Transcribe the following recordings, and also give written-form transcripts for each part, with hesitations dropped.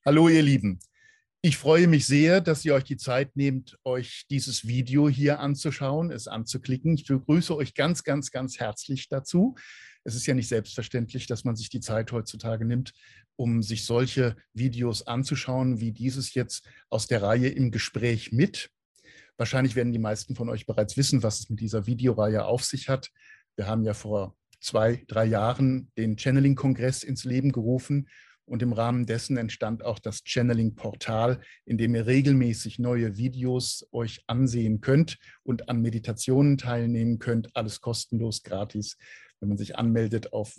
Hallo ihr Lieben, ich freue mich sehr, dass ihr euch die Zeit nehmt, euch dieses Video hier anzuschauen, es anzuklicken. Ich begrüße euch ganz, ganz, ganz herzlich dazu. Es ist ja nicht selbstverständlich, dass man sich die Zeit heutzutage nimmt, um sich solche Videos anzuschauen, wie dieses jetzt aus der Reihe im Gespräch mit. Wahrscheinlich werden die meisten von euch bereits wissen, was es mit dieser Videoreihe auf sich hat. Wir haben ja vor 2, 3 Jahren den Channeling-Kongress ins Leben gerufen und im Rahmen dessen entstand auch das Channeling-Portal, in dem ihr regelmäßig neue Videos euch ansehen könnt und an Meditationen teilnehmen könnt. Alles kostenlos, gratis. Wenn man sich anmeldet auf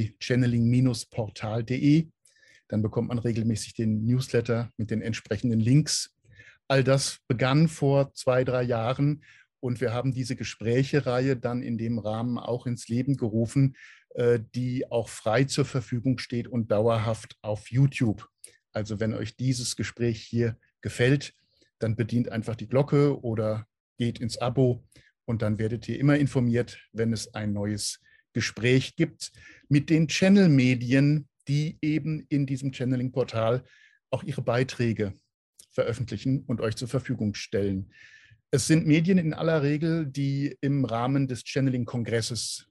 www.channeling-portal.de, dann bekommt man regelmäßig den Newsletter mit den entsprechenden Links. All das begann vor 2, 3 Jahren und wir haben diese Gesprächereihe dann in dem Rahmen auch ins Leben gerufen, die auch frei zur Verfügung steht und dauerhaft auf YouTube. Also wenn euch dieses Gespräch hier gefällt, dann bedient einfach die Glocke oder geht ins Abo und dann werdet ihr immer informiert, wenn es ein neues Gespräch gibt mit den Channel-Medien, die eben in diesem Channeling-Portal auch ihre Beiträge veröffentlichen und euch zur Verfügung stellen. Es sind Medien in aller Regel, die im Rahmen des Channeling-Kongresses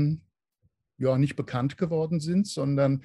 nicht bekannt geworden sind, sondern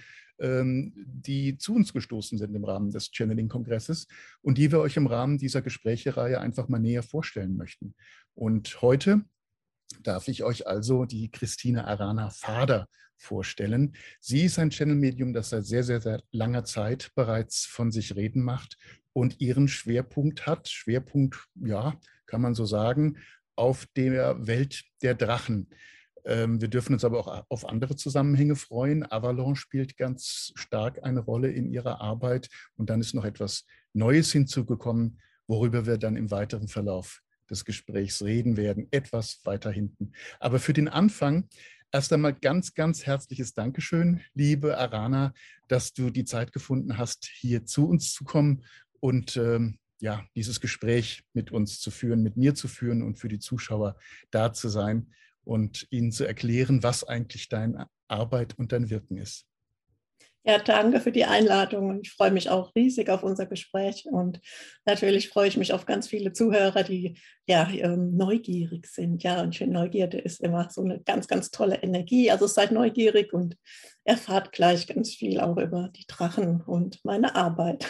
die zu uns gestoßen sind im Rahmen des Channeling-Kongresses und die wir euch im Rahmen dieser Gesprächereihe einfach mal näher vorstellen möchten. Und heute darf ich euch also die Christine Arana Fader vorstellen. Sie ist ein Channel-Medium, das seit sehr, sehr, sehr langer Zeit bereits von sich reden macht und ihren Schwerpunkt hat. Schwerpunkt, ja, kann man so sagen, auf der Welt der Drachen. Wir dürfen uns aber auch auf andere Zusammenhänge freuen. Avalon spielt ganz stark eine Rolle in ihrer Arbeit. Und dann ist noch etwas Neues hinzugekommen, worüber wir dann im weiteren Verlauf des Gesprächs reden werden, etwas weiter hinten. Aber für den Anfang erst einmal ganz, ganz herzliches Dankeschön, liebe Arana, dass du die Zeit gefunden hast, hier zu uns zu kommen und dieses Gespräch mit uns zu führen, mit mir zu führen und für die Zuschauer da zu sein und ihnen zu erklären, was eigentlich deine Arbeit und dein Wirken ist. Ja, danke für die Einladung. Ich freue mich auch riesig auf unser Gespräch und natürlich freue ich mich auf ganz viele Zuhörer, die neugierig sind. Ja, und ich finde, Neugierde ist immer so eine ganz, ganz tolle Energie. Also seid neugierig und erfahrt gleich ganz viel auch über die Drachen und meine Arbeit.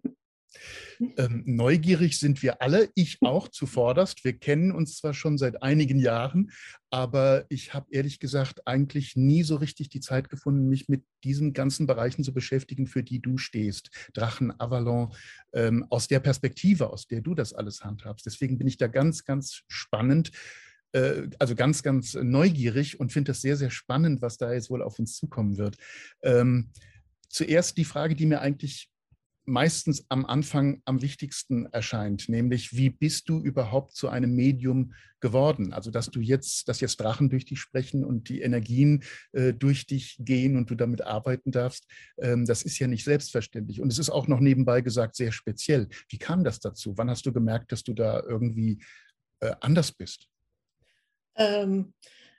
Neugierig sind wir alle, ich auch zuvorderst. Wir kennen uns zwar schon seit einigen Jahren, aber ich habe ehrlich gesagt eigentlich nie so richtig die Zeit gefunden, mich mit diesen ganzen Bereichen zu beschäftigen, für die du stehst. Drachen, Avalon, aus der Perspektive, aus der du das alles handhabst. Deswegen bin ich da ganz, ganz spannend, also ganz, ganz neugierig und finde das sehr, sehr spannend, was da jetzt wohl auf uns zukommen wird. Zuerst die Frage, die mir eigentlich meistens am Anfang am wichtigsten erscheint, nämlich wie bist du überhaupt zu einem Medium geworden? Also dass jetzt Drachen durch dich sprechen und die Energien durch dich gehen und du damit arbeiten darfst, das ist ja nicht selbstverständlich. Und es ist auch noch nebenbei gesagt sehr speziell. Wie kam das dazu? Wann hast du gemerkt, dass du da irgendwie anders bist? Ähm,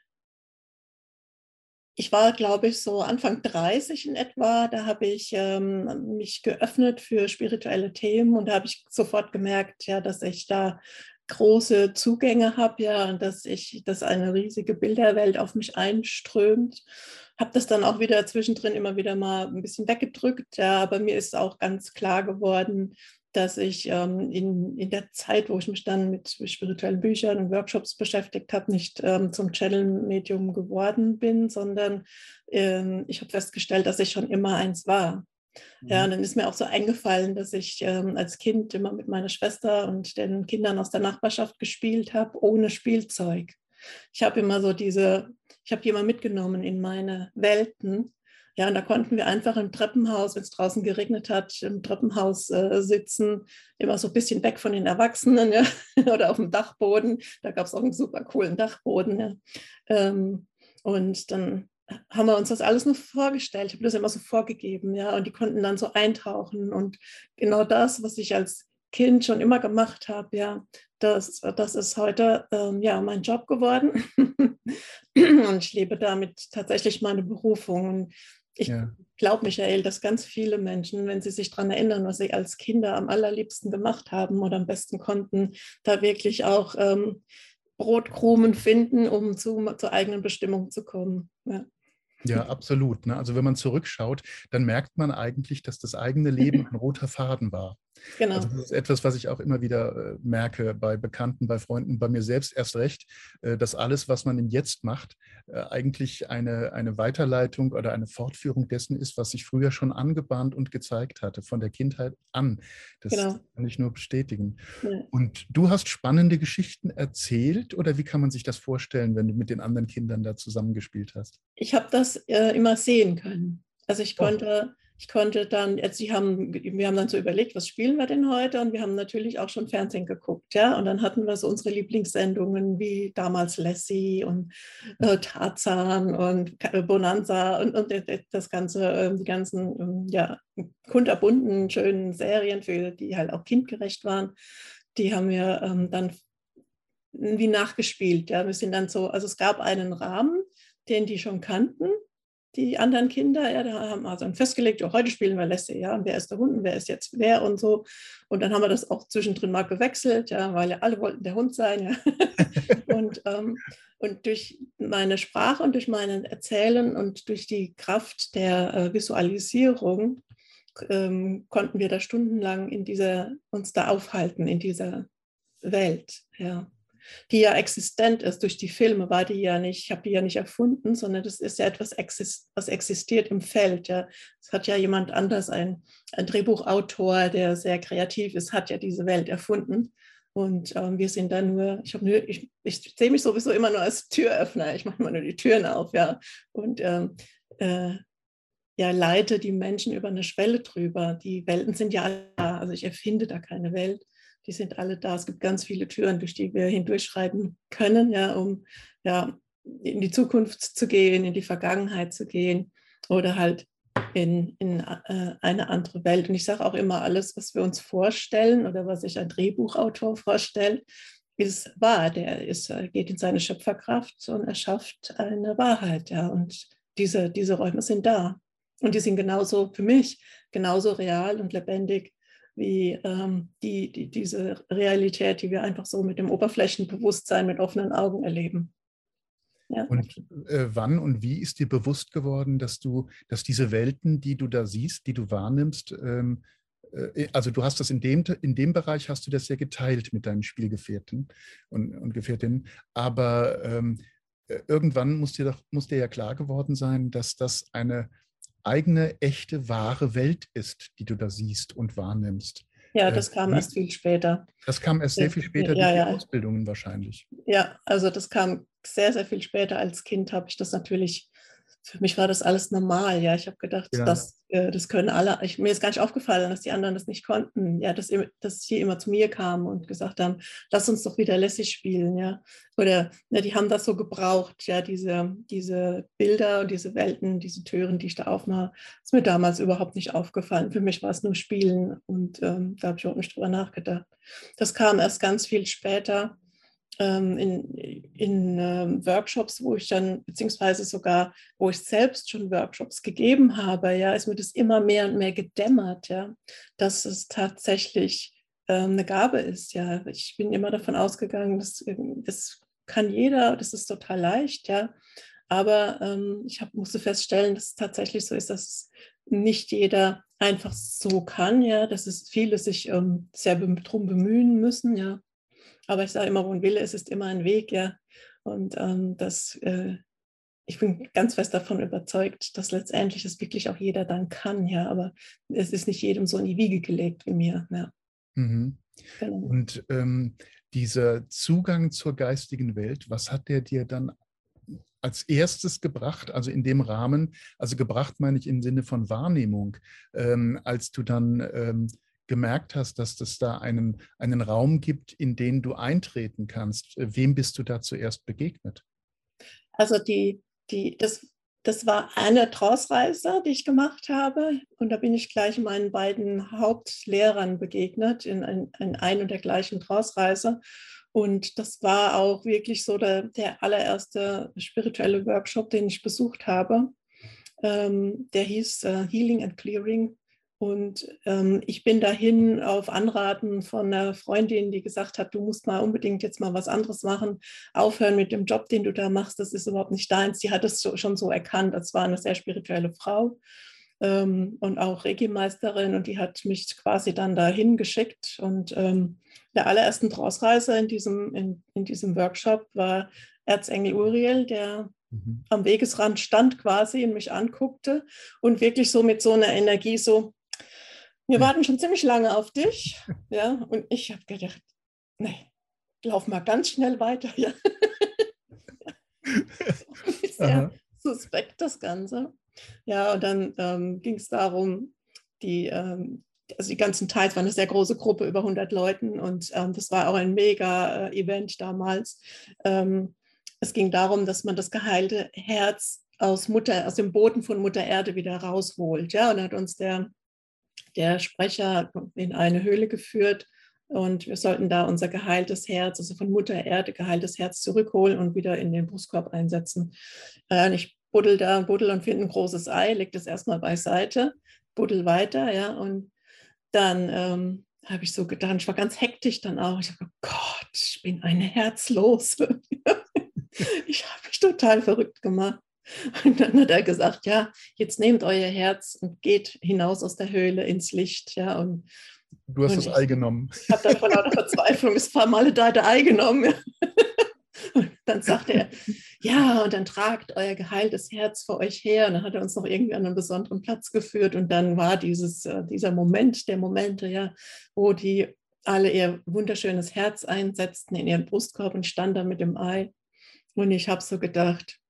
Ich war, glaube ich, so Anfang 30 in etwa. Da habe ich mich geöffnet für spirituelle Themen und da habe ich sofort gemerkt, ja, dass ich da große Zugänge habe, ja, und dass eine riesige Bilderwelt auf mich einströmt. Habe das dann auch wieder zwischendrin immer wieder mal ein bisschen weggedrückt, ja, aber mir ist auch ganz klar geworden, dass ich in der Zeit, wo ich mich dann mit spirituellen Büchern und Workshops beschäftigt habe, nicht zum Channel-Medium geworden bin, sondern ich habe festgestellt, dass ich schon immer eins war. Ja, und dann ist mir auch so eingefallen, dass ich als Kind immer mit meiner Schwester und den Kindern aus der Nachbarschaft gespielt habe, ohne Spielzeug. Ich habe ich habe die immer mitgenommen in meine Welten. Ja, und da konnten wir einfach im Treppenhaus, wenn es draußen geregnet hat, im Treppenhaus sitzen, immer so ein bisschen weg von den Erwachsenen, ja, oder auf dem Dachboden. Da gab es auch einen super coolen Dachboden. Ja. Und dann haben wir uns das alles nur vorgestellt. Ich habe das immer so vorgegeben, ja, und die konnten dann so eintauchen. Und genau das, was ich als Kind schon immer gemacht habe, ja, das ist heute mein Job geworden. Und ich lebe damit tatsächlich meine Berufung. Ich Ja. glaube, Michael, dass ganz viele Menschen, wenn sie sich daran erinnern, was sie als Kinder am allerliebsten gemacht haben oder am besten konnten, da wirklich auch Brotkrumen finden, um zur eigenen Bestimmung zu kommen. Ja. Ja, absolut. Ne? Also wenn man zurückschaut, dann merkt man eigentlich, dass das eigene Leben ein roter Faden war. Also Genau. das ist etwas, was ich auch immer wieder merke bei Bekannten, bei Freunden, bei mir selbst erst recht, dass alles, was man im Jetzt macht, eigentlich eine Weiterleitung oder eine Fortführung dessen ist, was sich früher schon angebahnt und gezeigt hatte, von der Kindheit an. Das Genau. kann ich nur bestätigen. Ja. Und du hast spannende Geschichten erzählt oder wie kann man sich das vorstellen, wenn du mit den anderen Kindern da zusammengespielt hast? Ich habe das immer sehen können. Also Oh, ich konnte dann, wir haben dann so überlegt, was spielen wir denn heute? Und wir haben natürlich auch schon Fernsehen geguckt, ja. Und dann hatten wir so unsere Lieblingssendungen wie damals Lassie und Tarzan und Bonanza und das ganze, die ganzen, ja, kunterbunten, schönen Serien, für die halt auch kindgerecht waren. Die haben wir dann wie nachgespielt. Ja. Wir sind dann so, also es gab einen Rahmen, den die schon kannten, die anderen Kinder. Ja, da haben wir also festgelegt, ja, heute spielen wir Lassie, ja, und wer ist der Hund und wer ist jetzt wer und so. Und dann haben wir das auch zwischendrin mal gewechselt, ja, weil ja alle wollten der Hund sein. Ja. Und durch meine Sprache und durch mein Erzählen und durch die Kraft der Visualisierung konnten wir da stundenlang uns da aufhalten in dieser Welt. Ja, die ja existent ist. Durch die Filme war die ja nicht, ich habe die ja nicht erfunden, sondern das ist ja etwas, was existiert im Feld. Ja. Es hat ja jemand anders, ein Drehbuchautor, der sehr kreativ ist, hat ja diese Welt erfunden. Und wir sind da nur, ich sehe mich sowieso immer nur als Türöffner. Ich mache immer nur die Türen auf, ja. Und ja, leite die Menschen über eine Schwelle drüber. Die Welten sind ja alle da. Also ich erfinde da keine Welt. Die sind alle da. Es gibt ganz viele Türen, durch die wir hindurchschreiten können, ja, um ja, in die Zukunft zu gehen, in die Vergangenheit zu gehen oder halt in eine andere Welt. Und ich sage auch immer, alles, was wir uns vorstellen oder was sich ein Drehbuchautor vorstellt, ist wahr. Geht in seine Schöpferkraft und erschafft eine Wahrheit. Ja. Und diese Räume sind da. Und die sind genauso für mich genauso real und lebendig wie diese Realität, die wir einfach so mit dem Oberflächenbewusstsein mit offenen Augen erleben. Ja. und wann und wie ist dir bewusst geworden, dass diese Welten, die du da siehst, die du wahrnimmst, also du hast das in dem Bereich hast du das ja geteilt mit deinen Spielgefährten und Gefährtinnen, aber irgendwann muss dir ja klar geworden sein, dass das eine eigene, echte, wahre Welt ist, die du da siehst und wahrnimmst. Ja, das kam erst viel später. Das kam erst sehr viel später durch Ja, die ja, Ausbildungen wahrscheinlich. ja, also das kam sehr, sehr viel später. Als Kind habe ich das natürlich, für mich war das alles normal. Ja, ich habe gedacht, Ja. das können alle. Mir ist gar nicht aufgefallen, dass die anderen das nicht konnten. Ja, dass sie immer zu mir kamen und gesagt haben, lass uns doch wieder lässig spielen. Ja, oder ja, die haben das so gebraucht. Ja, diese Bilder und diese Welten, diese Türen, die ich da aufmache, ist mir damals überhaupt nicht aufgefallen. Für mich war es nur Spielen und da habe ich auch nicht drüber nachgedacht. Das kam erst ganz viel später in Workshops, wo ich dann, beziehungsweise sogar, wo ich selbst schon Workshops gegeben habe, ja, ist mir das immer mehr und mehr gedämmert, ja, dass es tatsächlich eine Gabe ist, ja. Ich bin immer davon ausgegangen, das kann jeder, das ist total leicht, ja. Aber musste feststellen, dass es tatsächlich so ist, dass es nicht jeder einfach so kann, ja, dass es viele sich sehr darum bemühen müssen, ja. Aber ich sage immer, wo ein Wille ist, ist immer ein Weg, ja. Und ich bin ganz fest davon überzeugt, dass letztendlich es wirklich auch jeder dann kann, ja. Aber es ist nicht jedem so in die Wiege gelegt wie mir, ja. Mhm. Genau. Und dieser Zugang zur geistigen Welt, was hat der dir dann als erstes gebracht, also in dem Rahmen, also gebracht meine ich im Sinne von Wahrnehmung, als du dann gemerkt hast, dass es da einen Raum gibt, in den du eintreten kannst. Wem bist du da zuerst begegnet? Also das war eine Trance-Reise, die ich gemacht habe. Und da bin ich gleich meinen beiden Hauptlehrern begegnet in ein und der gleichen Trance-Reise. Und das war auch wirklich so der allererste spirituelle Workshop, den ich besucht habe. der hieß Healing and Clearing. Und ich bin dahin auf Anraten von einer Freundin, die gesagt hat, du musst mal unbedingt jetzt mal was anderes machen, aufhören mit dem Job, den du da machst, das ist überhaupt nicht deins. Die hat es schon so erkannt, das war eine sehr spirituelle Frau und auch Reiki-Meisterin, und die hat mich quasi dann dahin geschickt. Und der allerersten Trance-Reise in diesem Workshop war Erzengel Uriel, der am Wegesrand stand quasi und mich anguckte und wirklich so mit so einer Energie so, wir warten schon ziemlich lange auf dich. Ja, und ich habe gedacht, nee, lauf mal ganz schnell weiter. Ja. Sehr suspekt das Ganze. Ja, und dann ging es darum, also die ganzen Teils waren eine sehr große Gruppe, über 100 Leuten, und das war auch ein Mega-Event damals. Es ging darum, dass man das geheilte Herz aus dem Boden von Mutter Erde wieder rausholt. Ja, und da hat uns der Sprecher in eine Höhle geführt, und wir sollten da unser geheiltes Herz, also von Mutter Erde geheiltes Herz, zurückholen und wieder in den Brustkorb einsetzen. Und ich buddel und finde ein großes Ei, leg das erstmal beiseite, buddel weiter, ja, und dann habe ich so gedacht, ich war ganz hektisch dann auch. Ich habe gedacht, Gott, ich bin eine Herzlose. Ich habe mich total verrückt gemacht. Und dann hat er gesagt, ja, jetzt nehmt euer Herz und geht hinaus aus der Höhle ins Licht. Ja, du hast das Ei genommen. Ich habe dann vor lauter Verzweiflung das vermaledeite Ei genommen. Und dann sagte er, ja, und dann tragt euer geheiltes Herz vor euch her. Und dann hat er uns noch irgendwie an einen besonderen Platz geführt. Und dann war dieser Moment der Momente, ja, wo die alle ihr wunderschönes Herz einsetzten in ihren Brustkorb und stand da mit dem Ei. Und ich habe so gedacht,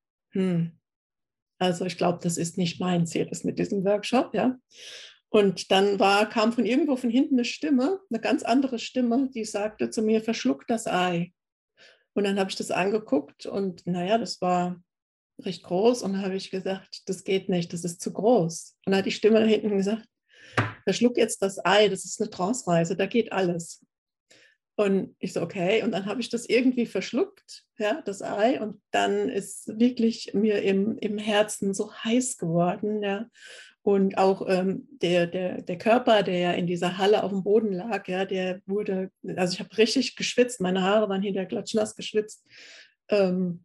also ich glaube, das ist nicht mein Ziel, das mit diesem Workshop, ja. Und dann kam von irgendwo von hinten eine Stimme, eine ganz andere Stimme, die sagte zu mir, verschluck das Ei. Und dann habe ich das angeguckt und naja, das war recht groß, und dann habe ich gesagt, das geht nicht, das ist zu groß. Und dann hat die Stimme da hinten gesagt, verschluck jetzt das Ei, das ist eine Trance-Reise, da geht alles. Und ich so, okay, und dann habe ich das irgendwie verschluckt, ja, das Ei, und dann ist wirklich mir im Herzen so heiß geworden, ja. Und auch der Körper, der ja in dieser Halle auf dem Boden lag, ja, der wurde, also ich habe richtig geschwitzt, meine Haare waren hinterher klatschnass geschwitzt. Und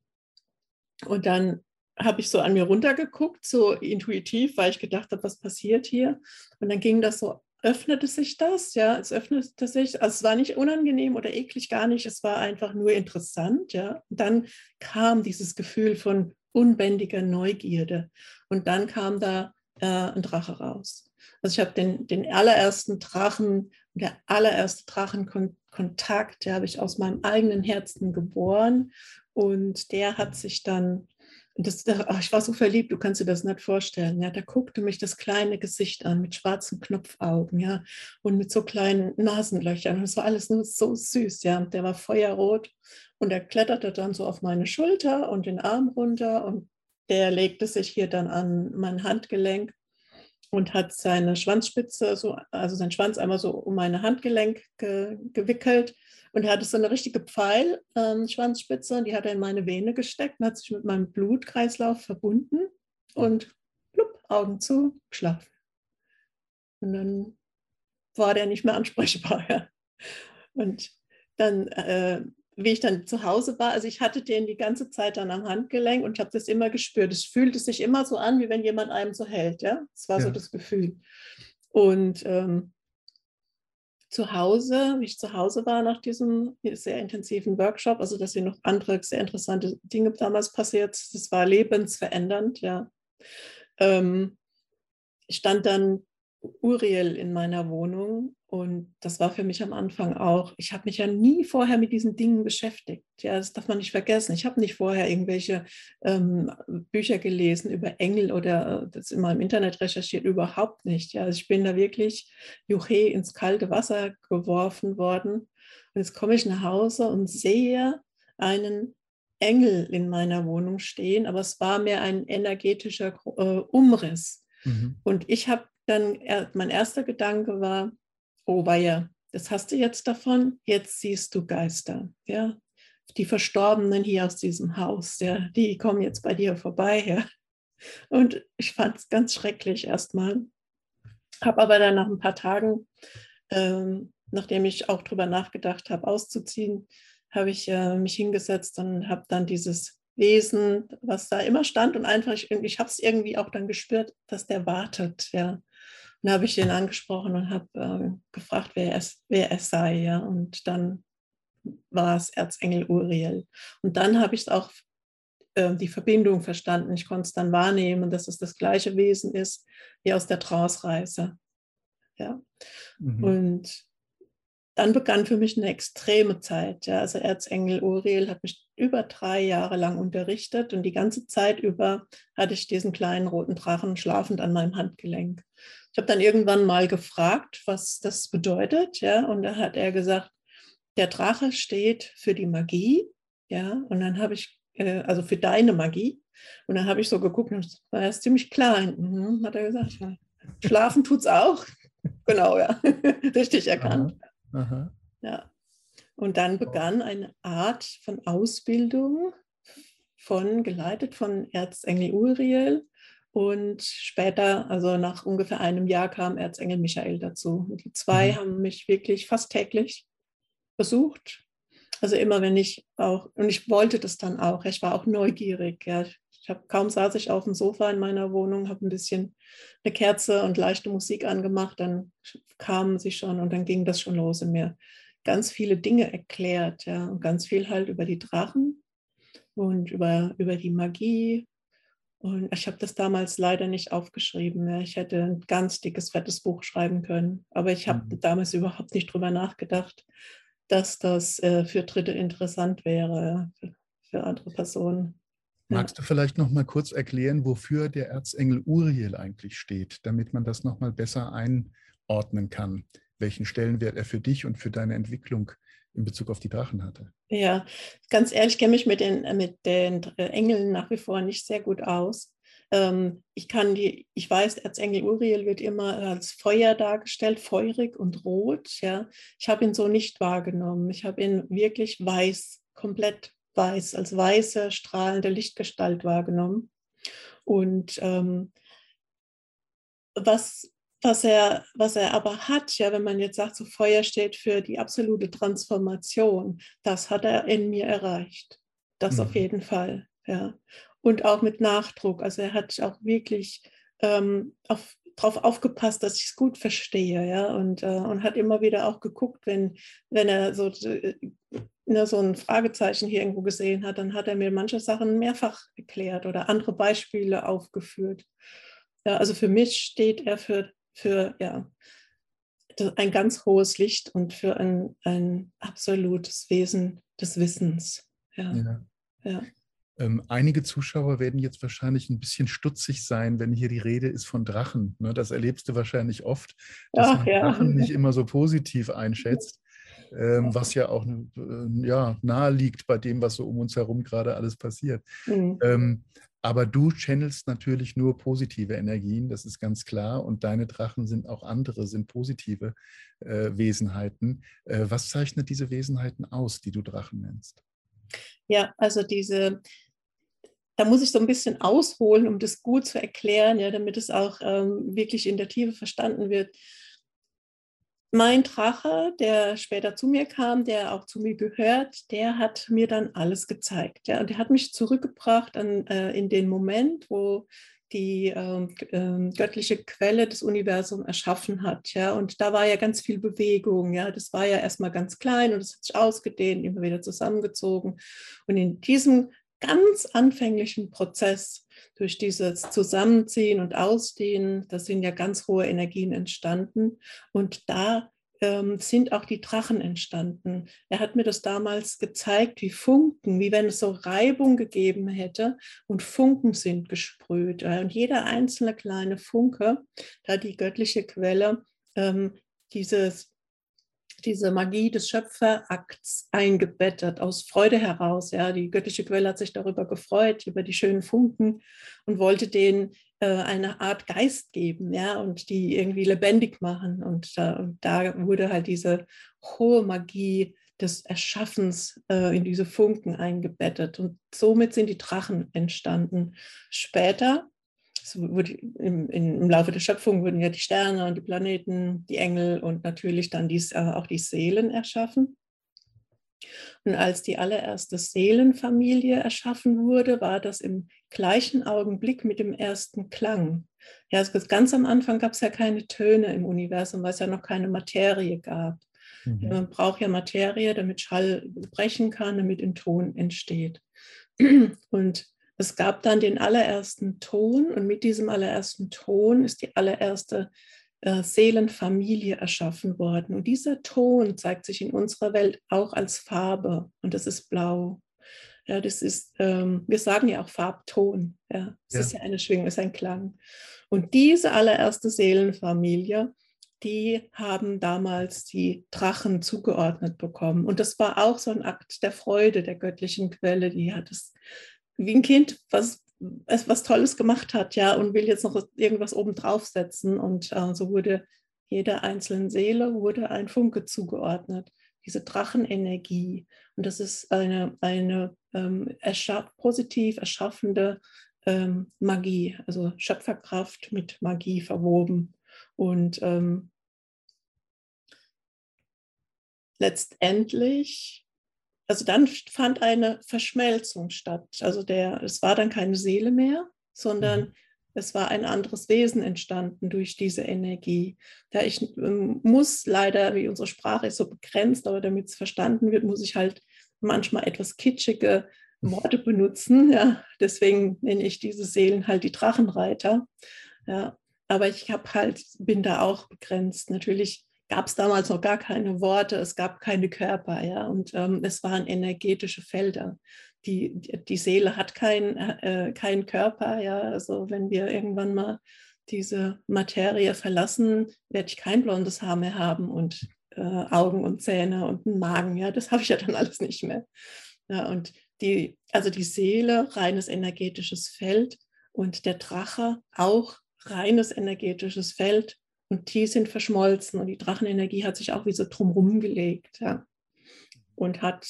dann habe ich so an mir runtergeguckt, so intuitiv, weil ich gedacht habe, was passiert hier? Und dann ging das so, öffnete sich das, ja, es öffnete sich, also es war nicht unangenehm oder eklig, gar nicht, es war einfach nur interessant, ja. Und dann kam dieses Gefühl von unbändiger Neugierde, und dann kam da ein Drache raus. Also ich habe den allerersten Drachen, der allererste Drachenkontakt, der habe ich aus meinem eigenen Herzen geboren, und der hat sich dann, ich war so verliebt, du kannst dir das nicht vorstellen. Ja, da guckte mich das kleine Gesicht an mit schwarzen Knopfaugen, ja, und mit so kleinen Nasenlöchern. Und es war alles nur so süß, ja. Der war feuerrot, und er kletterte dann so auf meine Schulter und den Arm runter, und der legte sich hier dann an mein Handgelenk und hat seine Schwanzspitze, also seinen Schwanz einmal so um meine Handgelenk gewickelt. Und er hatte so eine richtige Pfeil-Schwanzspitze, und die hat er in meine Vene gesteckt und hat sich mit meinem Blutkreislauf verbunden. Und plupp, Augen zu, geschlafen. Und dann war der nicht mehr ansprechbar. Ja. Und dann, wie ich dann zu Hause war, also ich hatte den die ganze Zeit dann am Handgelenk, und ich habe das immer gespürt. Es fühlte sich immer so an, wie wenn jemand einem so hält. Ja, das war so das Gefühl. Und wie ich zu Hause war nach diesem sehr intensiven Workshop, also dass hier noch andere sehr interessante Dinge damals passiert, das war lebensverändernd, ja. Stand dann Uriel in meiner Wohnung, und das war für mich am Anfang auch, ich habe mich ja nie vorher mit diesen Dingen beschäftigt, ja, das darf man nicht vergessen. Ich habe nicht vorher irgendwelche Bücher gelesen über Engel oder das immer im Internet recherchiert, überhaupt nicht. Ja, also ich bin da wirklich Juche ins kalte Wasser geworfen worden, und jetzt komme ich nach Hause und sehe einen Engel in meiner Wohnung stehen, aber es war mehr ein energetischer Umriss. Und ich habe dann, mein erster Gedanke war, oh weia, das hast du jetzt davon, jetzt siehst du Geister, ja, die Verstorbenen hier aus diesem Haus, ja, die kommen jetzt bei dir vorbei, ja. Und ich fand es ganz schrecklich erstmal. Habe aber dann nach ein paar Tagen, nachdem ich auch drüber nachgedacht habe, auszuziehen, habe ich mich hingesetzt und habe dann dieses Wesen, was da immer stand und einfach, ich habe es irgendwie auch dann gespürt, dass der wartet, ja. Und habe ich ihn angesprochen und habe gefragt, wer er sei, ja. Und dann war es Erzengel Uriel. Und dann habe ich es auch die Verbindung verstanden. Ich konnte es dann wahrnehmen, dass es das gleiche Wesen ist wie aus der Trance-Reise. Ja. Mhm. Und dann begann für mich eine extreme Zeit. Ja. Also Erzengel Uriel hat mich über 3 Jahre lang unterrichtet und die ganze Zeit über hatte ich diesen kleinen roten Drachen schlafend an meinem Handgelenk. Ich habe dann irgendwann mal gefragt, was das bedeutet. Ja. Und da hat er gesagt, der Drache steht für die Magie. Ja. Und dann habe ich, also für deine Magie. Und dann habe ich so geguckt und war er ziemlich klein. Mhm, hat er gesagt. Ja. Schlafen tut's auch. Genau, ja. Richtig Aha, erkannt. aha. Ja. Und dann begann eine Art von Ausbildung geleitet von Erzengel Uriel. Und später, also nach ungefähr einem Jahr, kam Erzengel Michael dazu. Und die zwei Mhm. haben mich wirklich fast täglich besucht. Also immer wenn ich auch, und ich wollte das dann auch, ich war auch neugierig. Ja. Kaum saß ich auf dem Sofa in meiner Wohnung, habe ein bisschen eine Kerze und leichte Musik angemacht, dann kamen sie schon und dann ging das schon los in mir. Ganz viele Dinge erklärt, ja, und ganz viel halt über die Drachen und über die Magie. Und ich habe das damals leider nicht aufgeschrieben. Ja. Ich hätte ein ganz dickes, fettes Buch schreiben können. Aber ich habe Mhm. damals überhaupt nicht drüber nachgedacht, dass das für Dritte interessant wäre, ja, für andere Personen. Ja. Magst du vielleicht noch mal kurz erklären, wofür der Erzengel Uriel eigentlich steht, damit man das noch mal besser einordnen kann, welchen Stellenwert er für dich und für deine Entwicklung in Bezug auf die Drachen hatte? Ja, ganz ehrlich, kenne mich mit den Engeln nach wie vor nicht sehr gut aus. Ich weiß, Erzengel Uriel wird immer als Feuer dargestellt, feurig und rot. Ja. Ich habe ihn so nicht wahrgenommen. Ich habe ihn wirklich weiß, komplett weiß, als weiße, strahlende Lichtgestalt wahrgenommen. Und was, was er aber hat, ja, wenn man jetzt sagt, so Feuer steht für die absolute Transformation, das hat er in mir erreicht. Das auf Mhm. jeden Fall, ja. Und auch mit Nachdruck. Also er hat auch wirklich darauf aufgepasst, dass ich es gut verstehe, ja, und hat immer wieder auch geguckt, wenn er so ein Fragezeichen hier irgendwo gesehen hat, dann hat er mir manche Sachen mehrfach erklärt oder andere Beispiele aufgeführt. Ja, also für mich steht er für ja, ein ganz hohes Licht und für ein absolutes Wesen des Wissens. Ja, Ja. ja. Einige Zuschauer werden jetzt wahrscheinlich ein bisschen stutzig sein, wenn hier die Rede ist von Drachen. Ne, das erlebst du wahrscheinlich oft, dass Ach man ja. Drachen nicht immer so positiv einschätzt, was ja auch ja, nahe liegt bei dem, was so um uns herum gerade alles passiert. Mhm. Ähm, aber du channelst natürlich nur positive Energien, das ist ganz klar. Und deine Drachen sind auch andere, sind positive Wesenheiten. Was zeichnet diese Wesenheiten aus, die du Drachen nennst? Ja, also da muss ich so ein bisschen ausholen, um das gut zu erklären, ja, damit es auch wirklich in der Tiefe verstanden wird. Mein Drache, der später zu mir kam, der auch zu mir gehört, der hat mir dann alles gezeigt. Ja? Und der hat mich zurückgebracht in den Moment, wo die göttliche Quelle des Universums erschaffen hat. Ja? Und da war ja ganz viel Bewegung. Ja? Das war ja erstmal ganz klein und es hat sich ausgedehnt, immer wieder zusammengezogen. Und in diesem ganz anfänglichen Prozess, durch dieses Zusammenziehen und Ausdehnen, da sind ja ganz hohe Energien entstanden. Und da sind auch die Drachen entstanden. Er hat mir das damals gezeigt, wie Funken, wie wenn es so Reibung gegeben hätte und Funken sind gesprüht. Und jeder einzelne kleine Funke, da die göttliche Quelle dieses diese Magie des Schöpferakts eingebettet, aus Freude heraus. Ja. Die göttliche Quelle hat sich darüber gefreut, über die schönen Funken und wollte denen eine Art Geist geben, ja, und die irgendwie lebendig machen. Und da wurde halt diese hohe Magie des Erschaffens in diese Funken eingebettet. Und somit sind die Drachen entstanden. Später im Laufe der Schöpfung wurden ja die Sterne und die Planeten, die Engel und natürlich dann auch die Seelen erschaffen. Und als die allererste Seelenfamilie erschaffen wurde, war das im gleichen Augenblick mit dem ersten Klang. Ja, also ganz am Anfang gab es ja keine Töne im Universum, weil es ja noch keine Materie gab. Mhm. Man braucht ja Materie, damit Schall brechen kann, damit ein Ton entsteht. Und es gab dann den allerersten Ton und mit diesem allerersten Ton ist die allererste Seelenfamilie erschaffen worden. Und dieser Ton zeigt sich in unserer Welt auch als Farbe und das ist blau. Ja, das ist, wir sagen ja auch Farbton. Ja, es ist ja eine Schwingung, es ist ein Klang. Und diese allererste Seelenfamilie, die haben damals die Drachen zugeordnet bekommen. Und das war auch so ein Akt der Freude der göttlichen Quelle. Die hat es wie ein Kind, was Tolles gemacht hat, ja, und will jetzt noch irgendwas oben draufsetzen. Und so wurde jeder einzelnen Seele wurde ein Funke zugeordnet, diese Drachenenergie. Und das ist eine positiv erschaffende Magie, also Schöpferkraft mit Magie verwoben. Und letztendlich, also dann fand eine Verschmelzung statt. Also es war dann keine Seele mehr, sondern es war ein anderes Wesen entstanden durch diese Energie. Ja, ich muss leider, wie unsere Sprache ist so begrenzt, aber damit es verstanden wird, muss ich halt manchmal etwas kitschige Worte benutzen. Ja, deswegen nenne ich diese Seelen halt die Drachenreiter. Ja, aber bin da auch begrenzt. Natürlich gab es damals noch gar keine Worte, es gab keine Körper, ja, und es waren energetische Felder. Die Seele hat keinen Körper, ja, also wenn wir irgendwann mal diese Materie verlassen, werde ich kein blondes Haar mehr haben und Augen und Zähne und einen Magen, ja, das habe ich ja dann alles nicht mehr. Ja, und also die Seele, reines energetisches Feld und der Drache auch reines energetisches Feld. Und die sind verschmolzen und die Drachenenergie hat sich auch wie so drumherum gelegt, ja, und hat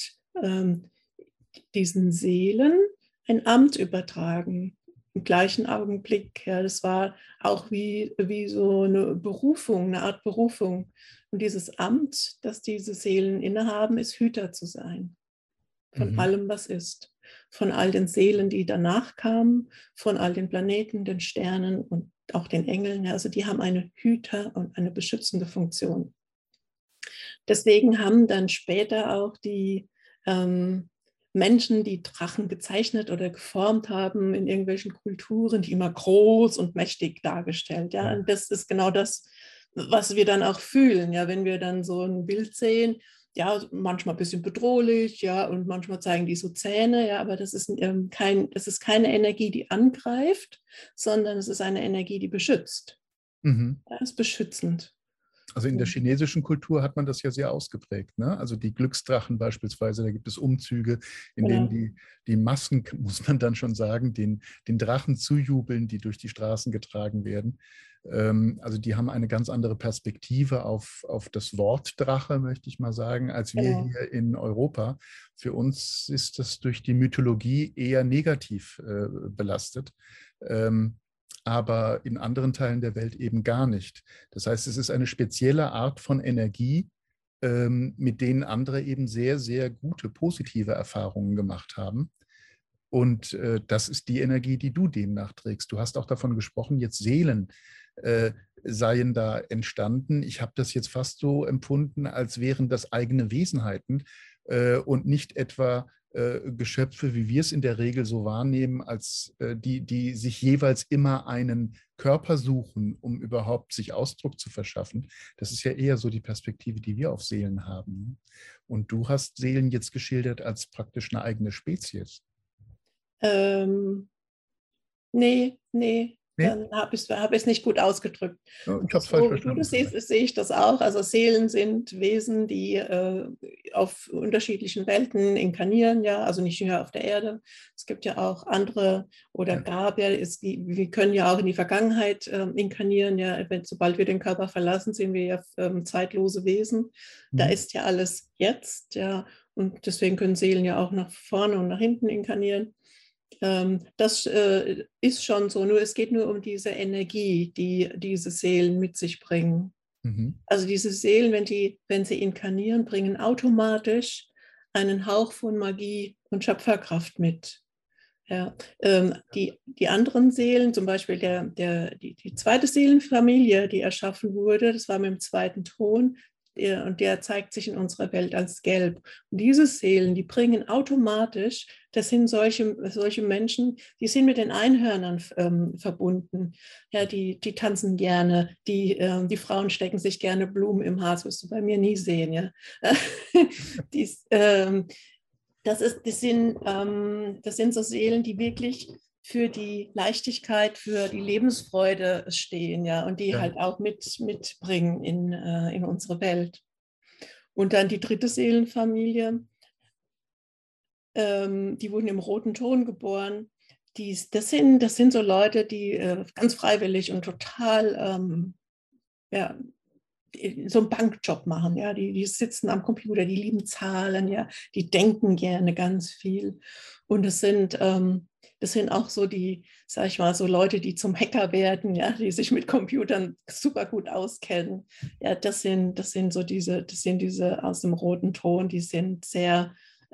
diesen Seelen ein Amt übertragen im gleichen Augenblick. Ja, das war auch wie so eine Berufung, eine Art Berufung. Und dieses Amt, das diese Seelen innehaben, ist Hüter zu sein von allem, was ist. Von all den Seelen, die danach kamen, von all den Planeten, den Sternen und auch den Engeln. Also die haben eine Hüter- und eine beschützende Funktion. Deswegen haben dann später auch die Menschen, die Drachen gezeichnet oder geformt haben in irgendwelchen Kulturen, die immer groß und mächtig dargestellt. Ja? Und das ist genau das, was wir dann auch fühlen, ja, wenn wir dann so ein Bild sehen. Ja, manchmal ein bisschen bedrohlich, ja, und manchmal zeigen die so Zähne, ja, aber das ist keine Energie, die angreift, sondern es ist eine Energie, die beschützt. Ja, ist beschützend. Also in der chinesischen Kultur hat man das ja sehr ausgeprägt. Ne? Also die Glücksdrachen beispielsweise, da gibt es Umzüge, in denen die Massen, muss man dann schon sagen, den Drachen zujubeln, die durch die Straßen getragen werden. Also die haben eine ganz andere Perspektive auf das Wort Drache, möchte ich mal sagen, als wir hier in Europa. Für uns ist das durch die Mythologie eher negativ belastet. Aber in anderen Teilen der Welt eben gar nicht. Das heißt, es ist eine spezielle Art von Energie, mit denen andere eben sehr, sehr gute, positive Erfahrungen gemacht haben. Und das ist die Energie, die du demnach trägst. Du hast auch davon gesprochen, jetzt Seelen seien da entstanden. Ich habe das jetzt fast so empfunden, als wären das eigene Wesenheiten und nicht etwa Geschöpfe, wie wir es in der Regel so wahrnehmen, als die sich jeweils immer einen Körper suchen, um überhaupt sich Ausdruck zu verschaffen. Das ist ja eher so die Perspektive, die wir auf Seelen haben. Und du hast Seelen jetzt geschildert als praktisch eine eigene Spezies. Nee, Nee? dann habe ich es nicht gut ausgedrückt. Ja, ich habe es falsch So wie du verstanden. das siehst, sehe ich das auch. Also Seelen sind Wesen, die auf unterschiedlichen Welten inkarnieren, ja, also nicht nur auf der Erde. Es gibt ja auch andere oder gab ja, wir können ja auch in die Vergangenheit inkarnieren, ja, sobald wir den Körper verlassen, sind wir ja zeitlose Wesen. Da ist ja alles jetzt, ja, und deswegen können Seelen ja auch nach vorne und nach hinten inkarnieren. Das ist schon so, nur es geht nur um diese Energie, die diese Seelen mit sich bringen. Mhm. Also diese Seelen, wenn sie inkarnieren, bringen automatisch einen Hauch von Magie und Schöpferkraft mit. Ja, die anderen Seelen, zum Beispiel die zweite Seelenfamilie, die erschaffen wurde, das war mit dem zweiten Ton, und der zeigt sich in unserer Welt als gelb. Und diese Seelen, die bringen automatisch, das sind solche Menschen, die sind mit den Einhörnern verbunden. Ja, die tanzen gerne, die Frauen stecken sich gerne Blumen im Haar, das wirst du bei mir nie sehen. Ja. die, das sind so Seelen, die wirklich für die Leichtigkeit, für die Lebensfreude stehen, ja, und die Ja. halt auch mitbringen in unsere Welt. Und dann die dritte Seelenfamilie, die wurden im roten Ton geboren. Das sind so Leute, die ganz freiwillig und total ja, so einen Bankjob machen, ja, die sitzen am Computer, die lieben Zahlen, ja, die denken gerne ganz viel. Und das sind auch so sag ich mal, so Leute, die zum Hacker werden, ja, die sich mit Computern super gut auskennen. Ja, das sind diese aus dem roten Ton, die sind sehr,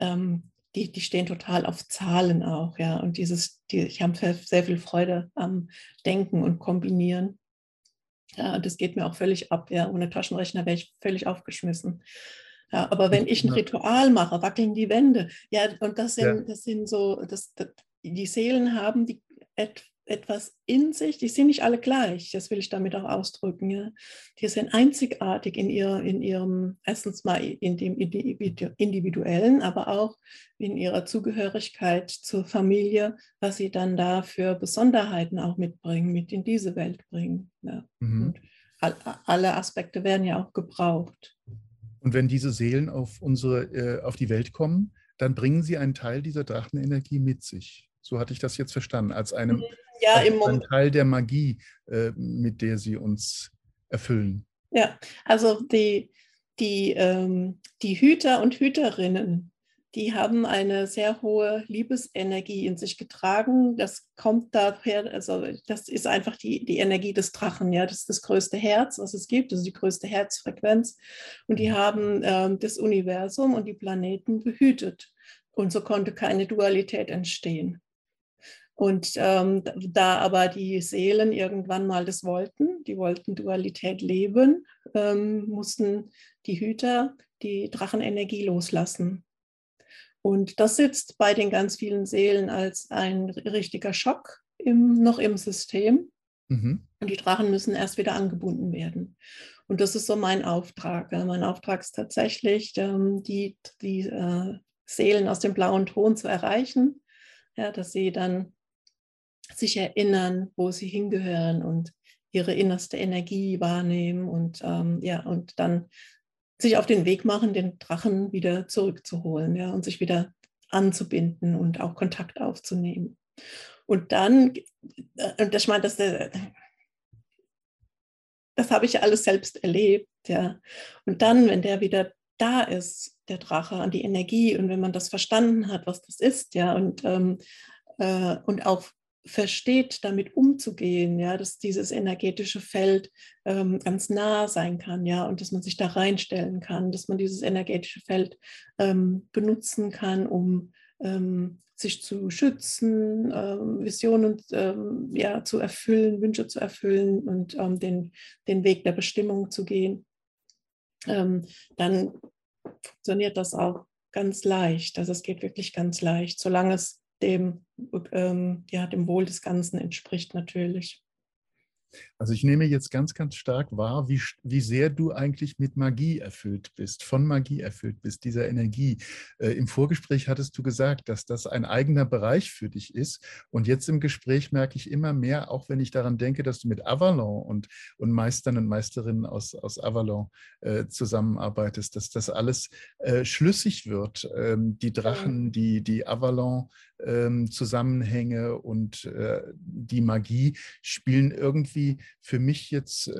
die stehen total auf Zahlen auch, ja, und die haben sehr viel Freude am Denken und Kombinieren. Ja, das geht mir auch völlig ab. Ja. Ohne Taschenrechner wäre ich völlig aufgeschmissen. Ja, aber wenn ich ein Ritual mache, wackeln die Wände. Ja, und das sind so, die Seelen haben etwas in sich, die sind nicht alle gleich, das will ich damit auch ausdrücken. Ja. Die sind einzigartig in ihrem, erstens mal in dem Individuellen, aber auch in ihrer Zugehörigkeit zur Familie, was sie dann da für Besonderheiten auch mitbringen, mit in diese Welt bringen. Ja. Mhm. Und alle Aspekte werden ja auch gebraucht. Und wenn diese Seelen auf die Welt kommen, dann bringen sie einen Teil dieser Drachenenergie mit sich. So hatte ich das jetzt verstanden, als einen Teil der Magie, mit der sie uns erfüllen. Ja, also die Hüter und Hüterinnen, die haben eine sehr hohe Liebesenergie in sich getragen. Das kommt daher, also das ist einfach die Energie des Drachen, ja, das ist das größte Herz, was es gibt, das ist die größte Herzfrequenz. Und die haben das Universum und die Planeten behütet. Und so konnte keine Dualität entstehen. Und da aber die Seelen irgendwann mal das wollten, die wollten Dualität leben, mussten die Hüter die Drachenenergie loslassen. Und das sitzt bei den ganz vielen Seelen als ein richtiger Schock noch im System. Mhm. Und die Drachen müssen erst wieder angebunden werden. Und das ist so mein Auftrag. Mein Auftrag ist tatsächlich, die Seelen aus dem blauen Ton zu erreichen, ja, dass sie dann sich erinnern, wo sie hingehören und ihre innerste Energie wahrnehmen und und dann sich auf den Weg machen, den Drachen wieder zurückzuholen, ja, und sich wieder anzubinden und auch Kontakt aufzunehmen. Und dann, und ich meine, das habe ich ja alles selbst erlebt, ja. Und dann, wenn der wieder da ist, der Drache, an die Energie, und wenn man das verstanden hat, was das ist, ja, und auch versteht, damit umzugehen, ja, dass dieses energetische Feld ganz nah sein kann, ja, und dass man sich da reinstellen kann, dass man dieses energetische Feld benutzen kann, um sich zu schützen, Visionen ja, zu erfüllen, Wünsche zu erfüllen und den Weg der Bestimmung zu gehen, dann funktioniert das auch ganz leicht. Also es geht wirklich ganz leicht, solange es dem Wohl des Ganzen entspricht natürlich. Also ich nehme jetzt ganz, ganz stark wahr, wie sehr du eigentlich mit Magie erfüllt bist, von Magie erfüllt bist, dieser Energie. Im Vorgespräch hattest du gesagt, dass das ein eigener Bereich für dich ist. Und jetzt im Gespräch merke ich immer mehr, auch wenn ich daran denke, dass du mit Avalon und Meistern und Meisterinnen aus Avalon zusammenarbeitest, dass das alles schlüssig wird. Die Drachen, die Avalon, Zusammenhänge und die Magie spielen irgendwie für mich jetzt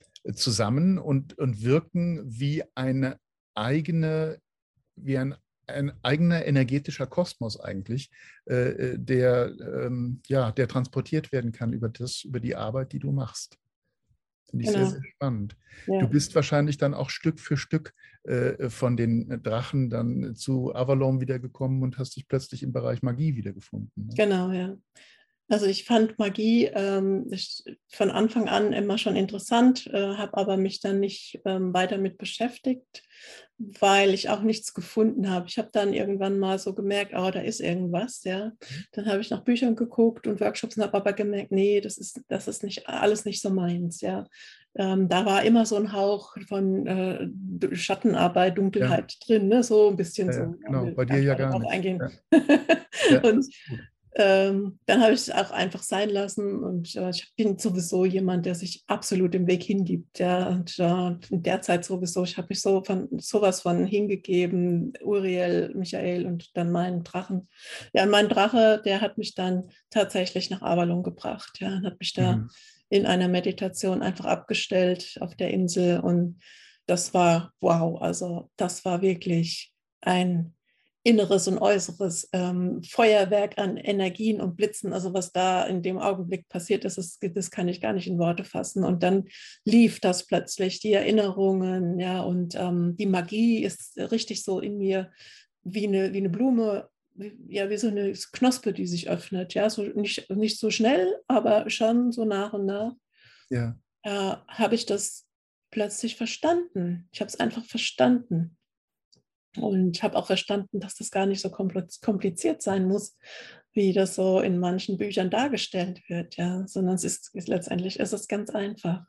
zusammen und wirken wie eine eigene, wie ein ein eigener energetischer Kosmos eigentlich, der transportiert werden kann über die Arbeit, die du machst. Finde ich sehr, Genau. sehr spannend. Du Ja. bist wahrscheinlich dann auch Stück für Stück von den Drachen dann zu Avalon wiedergekommen und hast dich plötzlich im Bereich Magie wiedergefunden. Ne? Genau, ja. Also ich fand Magie von Anfang an immer schon interessant, habe aber mich dann nicht weiter mit beschäftigt, weil ich auch nichts gefunden habe. Ich habe dann irgendwann mal so gemerkt, oh, da ist irgendwas, ja. Dann habe ich nach Büchern geguckt und Workshops und habe aber gemerkt, nee, das ist nicht alles nicht so meins, ja. Da war immer so ein Hauch von Schattenarbeit, Ja, Dunkelheit drin, ne? So ein bisschen ja, ja, so, genau. will Bei gar dir nicht ja weiter gar drauf nicht. eingehen. Ja, ja, Und das ist gut. dann habe ich es auch einfach sein lassen und ich bin sowieso jemand, der sich absolut dem Weg hingibt. Ja, und in der Zeit sowieso, ich habe mich sowas von hingegeben, Uriel, Michael und dann meinen Drachen. Ja, und mein Drache, der hat mich dann tatsächlich nach Avalon gebracht. Ja, und hat mich da in einer Meditation einfach abgestellt auf der Insel und das war wow, also das war wirklich ein inneres und äußeres Feuerwerk an Energien und Blitzen, also was da in dem Augenblick passiert ist, das kann ich gar nicht in Worte fassen. Und dann lief das plötzlich, die Erinnerungen, ja, und die Magie ist richtig so in mir wie eine Blume, wie so eine Knospe, die sich öffnet, ja, so nicht so schnell, aber schon so nach und nach. Ja. Habe ich das plötzlich verstanden. Ich habe es einfach verstanden. Und habe auch verstanden, dass das gar nicht so kompliziert sein muss, wie das so in manchen Büchern dargestellt wird, ja, sondern letztendlich ist es ganz einfach.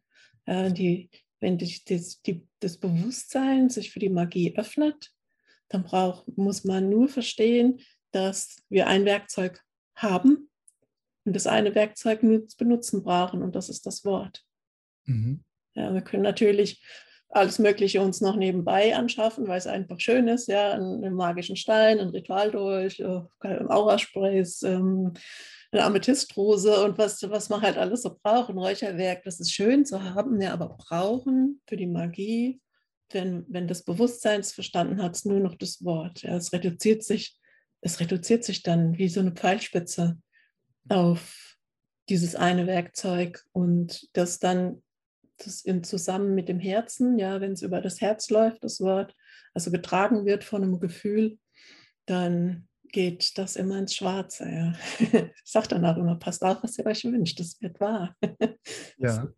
Wenn das Bewusstsein sich für die Magie öffnet, dann muss man nur verstehen, dass wir ein Werkzeug haben und das eine Werkzeug nur zu benutzen brauchen und das ist das Wort. Mhm. Ja, wir können natürlich alles Mögliche uns noch nebenbei anschaffen, weil es einfach schön ist, ja, einen magischen Stein, ein Ritualdolch, Aurasprays, eine Amethystrose und was man halt alles so braucht, ein Räucherwerk, das ist schön zu haben, ja, aber brauchen für die Magie, wenn das Bewusstsein es verstanden hat, nur noch das Wort. Ja, es reduziert sich dann wie so eine Pfeilspitze auf dieses eine Werkzeug und das zusammen mit dem Herzen, ja, wenn es über das Herz läuft, das Wort, also getragen wird von einem Gefühl, dann geht das immer ins Schwarze. Ja. Ich sage dann auch immer, passt auf, was ihr euch wünscht, das wird wahr. Ja.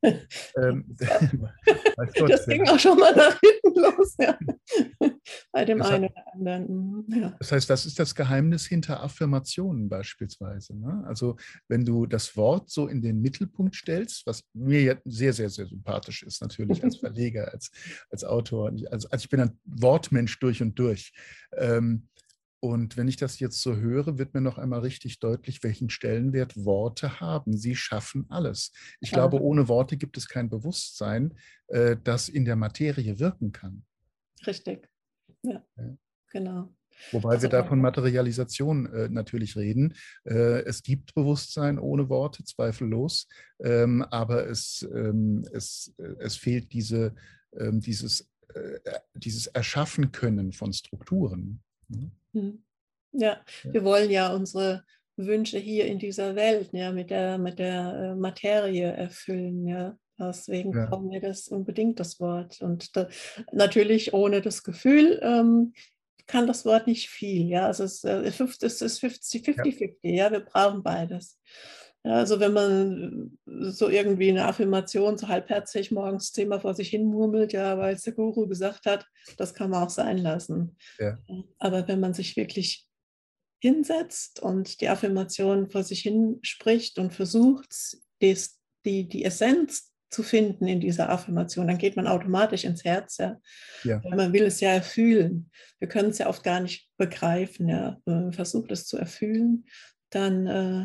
Weiß Das Gott, ging ja. auch schon mal nach hinten los, ja. Bei dem Das hat, einen oder anderen. Ja. Das heißt, das ist das Geheimnis hinter Affirmationen beispielsweise. Ne? Also wenn du das Wort so in den Mittelpunkt stellst, was mir ja sehr, sehr, sehr sympathisch ist, natürlich als Verleger, als Autor. Also ich bin ein Wortmensch durch und durch. Und wenn ich das jetzt so höre, wird mir noch einmal richtig deutlich, welchen Stellenwert Worte haben. Sie schaffen alles. Ich glaube, ohne Worte gibt es kein Bewusstsein, das in der Materie wirken kann. Richtig, ja, Ja. genau. Wobei wir Also, da von Materialisation natürlich reden. Es gibt Bewusstsein ohne Worte, zweifellos, aber es fehlt dieses Erschaffen können von Strukturen. ja, wir wollen ja unsere Wünsche hier in dieser Welt, ja, mit der Materie erfüllen, ja. Deswegen Ja, brauchen wir das unbedingt, das Wort. Und natürlich ohne das Gefühl kann das Wort nicht viel, ja. Also es ist ja, 50-50, ja, wir brauchen beides. Ja, also wenn man so irgendwie eine Affirmation so halbherzig morgens 10-mal vor sich hin murmelt, ja, weil es der Guru gesagt hat, das kann man auch sein lassen. ja. Aber wenn man sich wirklich hinsetzt und die Affirmation vor sich hin spricht und versucht, die Essenz zu finden in dieser Affirmation, dann geht man automatisch ins Herz, ja. Ja. Weil man will es ja erfühlen. Wir können es ja oft gar nicht begreifen, ja. Wenn man versucht, es zu erfühlen, dann,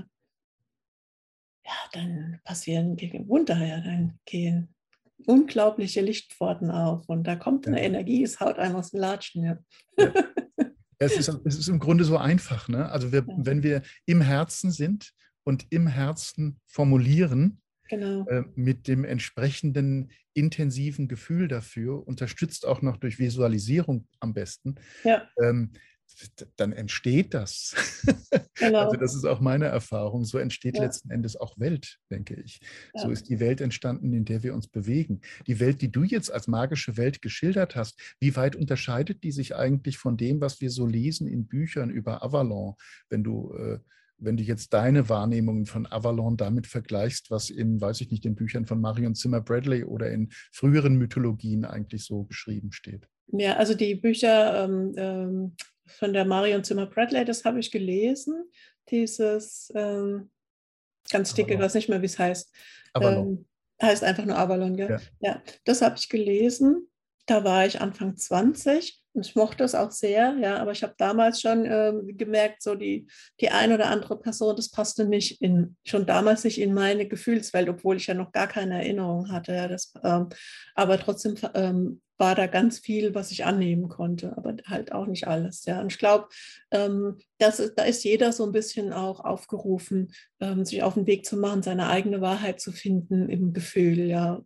dann passieren Wunder, ja. Dann gehen unglaubliche Lichtpforten auf und da kommt Ja. eine Energie, es haut einem aus dem Latschen, ja. Ja. Es ist im Grunde so einfach. Ne? Also wenn wir im Herzen sind und im Herzen formulieren, Genau. Mit dem entsprechenden intensiven Gefühl dafür, unterstützt auch noch durch Visualisierung am besten, Ja, dann entsteht das. Also genau. das ist auch meine Erfahrung. So entsteht Ja, letzten Endes auch Welt, denke ich. So ja. ist die Welt entstanden, in der wir uns bewegen. Die Welt, die du jetzt als magische Welt geschildert hast, wie weit unterscheidet die sich eigentlich von dem, was wir so lesen in Büchern über Avalon, wenn du jetzt deine Wahrnehmungen von Avalon damit vergleichst, was in, weiß ich nicht, den Büchern von Marion Zimmer Bradley oder in früheren Mythologien eigentlich so geschrieben steht? Ja, also die Bücher von der Marion Zimmer Bradley, das habe ich gelesen. Dieses ganz dicke, ich Avalon. weiß nicht mehr, wie es heißt. Avalon. Heißt einfach nur Avalon, gell? Ja. Ja, das habe ich gelesen. Da war ich Anfang 20 und ich mochte es auch sehr, ja, aber ich habe damals schon gemerkt, so die ein oder andere Person, das passte nicht schon damals nicht in meine Gefühlswelt, obwohl ich ja noch gar keine Erinnerung hatte. Ja, aber trotzdem war da ganz viel, was ich annehmen konnte, aber halt auch nicht alles. Ja. Und ich glaube, da ist jeder so ein bisschen auch aufgerufen, sich auf den Weg zu machen, seine eigene Wahrheit zu finden im Gefühl. Ja.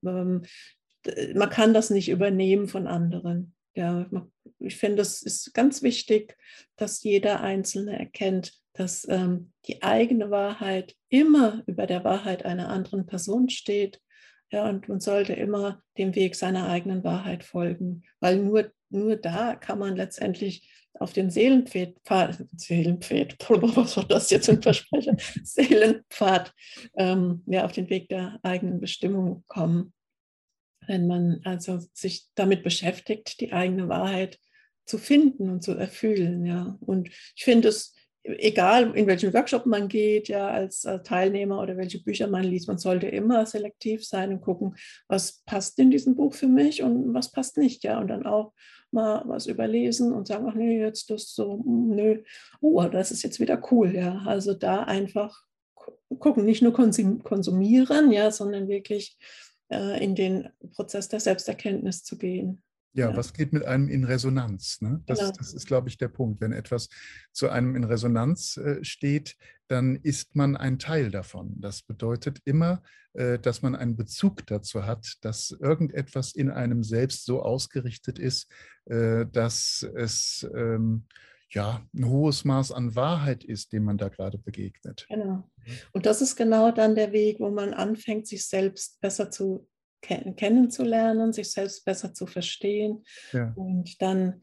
Man kann das nicht übernehmen von anderen. Ja, ich finde, es ist ganz wichtig, dass jeder Einzelne erkennt, dass die eigene Wahrheit immer über der Wahrheit einer anderen Person steht. Ja, und man sollte immer dem Weg seiner eigenen Wahrheit folgen, weil nur da kann man letztendlich auf den Seelenpfad, was war das jetzt für ein Versprecher? Seelenpfad, ja, auf den Weg der eigenen Bestimmung kommen, wenn man also sich damit beschäftigt, die eigene Wahrheit zu finden und zu erfüllen. Ja. Und ich finde es, egal in welchen Workshop man geht, ja, als Teilnehmer oder welche Bücher man liest, man sollte immer selektiv sein und gucken, was passt in diesem Buch für mich und was passt nicht. Ja. Und dann auch mal was überlesen und sagen, ach nee, jetzt das so, nö, oh, das ist jetzt wieder cool. Ja. Also da einfach gucken, nicht nur konsumieren, ja, sondern wirklich in den Prozess der Selbsterkenntnis zu gehen. Ja, Ja, was geht mit einem in Resonanz? Ne? Das, genau. das ist, glaube ich, der Punkt. Wenn etwas zu einem in Resonanz steht, dann ist man ein Teil davon. Das bedeutet immer, dass man einen Bezug dazu hat, dass irgendetwas in einem selbst so ausgerichtet ist, dass es ja, ein hohes Maß an Wahrheit ist, dem man da gerade begegnet. Genau. Und das ist genau dann der Weg, wo man anfängt, sich selbst besser kennenzulernen, sich selbst besser zu verstehen. Ja. Und dann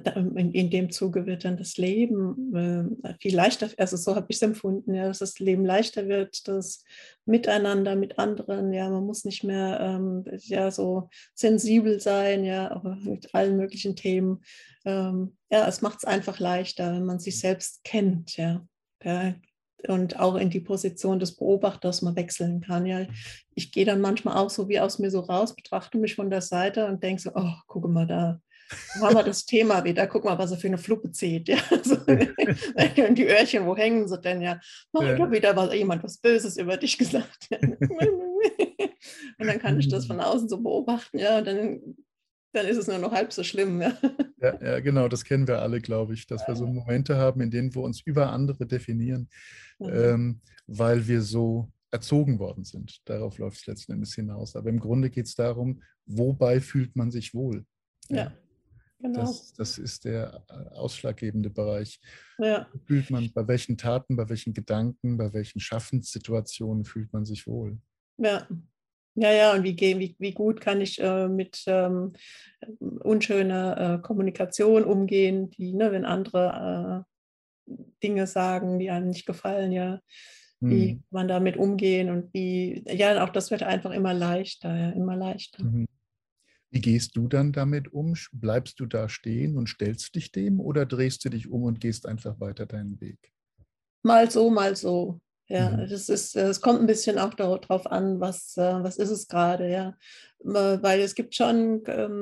in dem Zuge wird dann das Leben viel leichter, also so habe ich es empfunden, ja, dass das Leben leichter wird, das Miteinander mit anderen, ja, man muss nicht mehr ja, so sensibel sein, ja, auch mit allen möglichen Themen. Ja, es macht es einfach leichter, wenn man sich selbst kennt, ja. Ja, und auch in die Position des Beobachters mal wechseln kann. Ja, ich gehe dann manchmal auch so wie aus mir so raus, betrachte mich von der Seite und denke so, oh, guck mal da. Da haben wir das Thema wieder. Guck mal, was er für eine Fluppe zieht. Ja, so, und die Öhrchen, wo hängen sie denn? Ja, oh, ich habe wieder jemand was Böses über dich gesagt. Und dann kann ich das von außen so beobachten. Ja, und dann ist es nur noch halb so schlimm. Ja, Ja, ja, genau, das kennen wir alle, glaube ich, dass wir so Momente haben, in denen wir uns über andere definieren, weil wir so erzogen worden sind. Darauf läuft es letzten Endes hinaus. Aber im Grunde geht es darum, wobei fühlt man sich wohl? Ja, ja, genau. das ist der ausschlaggebende Bereich. Ja. Fühlt man, bei welchen Taten, bei welchen Gedanken, bei welchen Schaffenssituationen fühlt man sich wohl? Ja, ja, ja, und wie gut kann ich mit unschöner Kommunikation umgehen, wenn andere Dinge sagen, die einem nicht gefallen, ja, wie Hm. man damit umgehen und ja, auch das wird einfach immer leichter, ja, immer leichter. Mhm. Wie gehst du dann damit um? Bleibst du da stehen und stellst dich dem oder drehst du dich um und gehst einfach weiter deinen Weg? Mal so, mal so. Ja, Mhm. es kommt ein bisschen auch darauf an, was ist es gerade, ja. Weil es gibt schon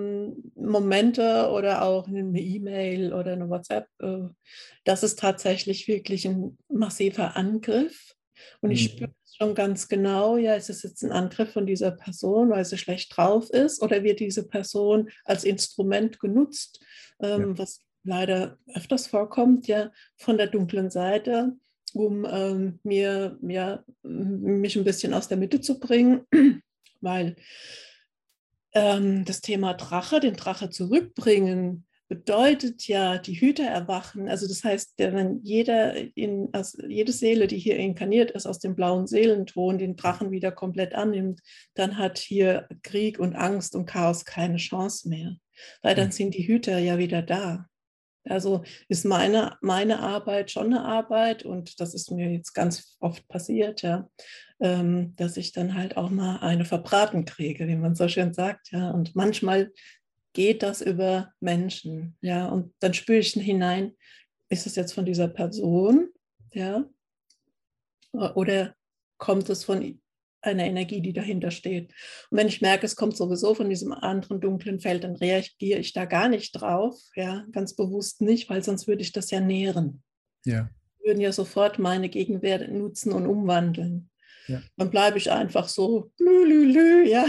Momente oder auch eine E-Mail oder eine WhatsApp, das ist tatsächlich wirklich ein massiver Angriff. Und ich spüre Mhm. es schon ganz genau, ja, ist es jetzt ein Angriff von dieser Person, weil sie schlecht drauf ist, oder wird diese Person als Instrument genutzt, Ja. was leider öfters vorkommt, ja, von der dunklen Seite, um mich ein bisschen aus der Mitte zu bringen, weil das Thema Drache, den Drache zurückbringen, bedeutet ja, die Hüter erwachen. Also das heißt, wenn jede Seele, die hier inkarniert ist, aus dem blauen Seelenton den Drachen wieder komplett annimmt, dann hat hier Krieg und Angst und Chaos keine Chance mehr. Weil dann sind die Hüter ja wieder da. Also ist meine Arbeit schon eine Arbeit, und das ist mir jetzt ganz oft passiert, ja, dass ich dann halt auch mal eine verbraten kriege, wie man so schön sagt. Ja. Und manchmal geht das über Menschen. Ja, und dann spüre ich hinein, ist es jetzt von dieser Person, ja, oder kommt es von einer Energie, die dahinter steht. Und wenn ich merke, es kommt sowieso von diesem anderen dunklen Feld, dann reagiere ich da gar nicht drauf, ja, ganz bewusst nicht, weil sonst würde ich das ja nähren. Ja. Wir würden ja sofort meine Gegenwart nutzen und umwandeln. Ja. Dann bleibe ich einfach so, lü, ja.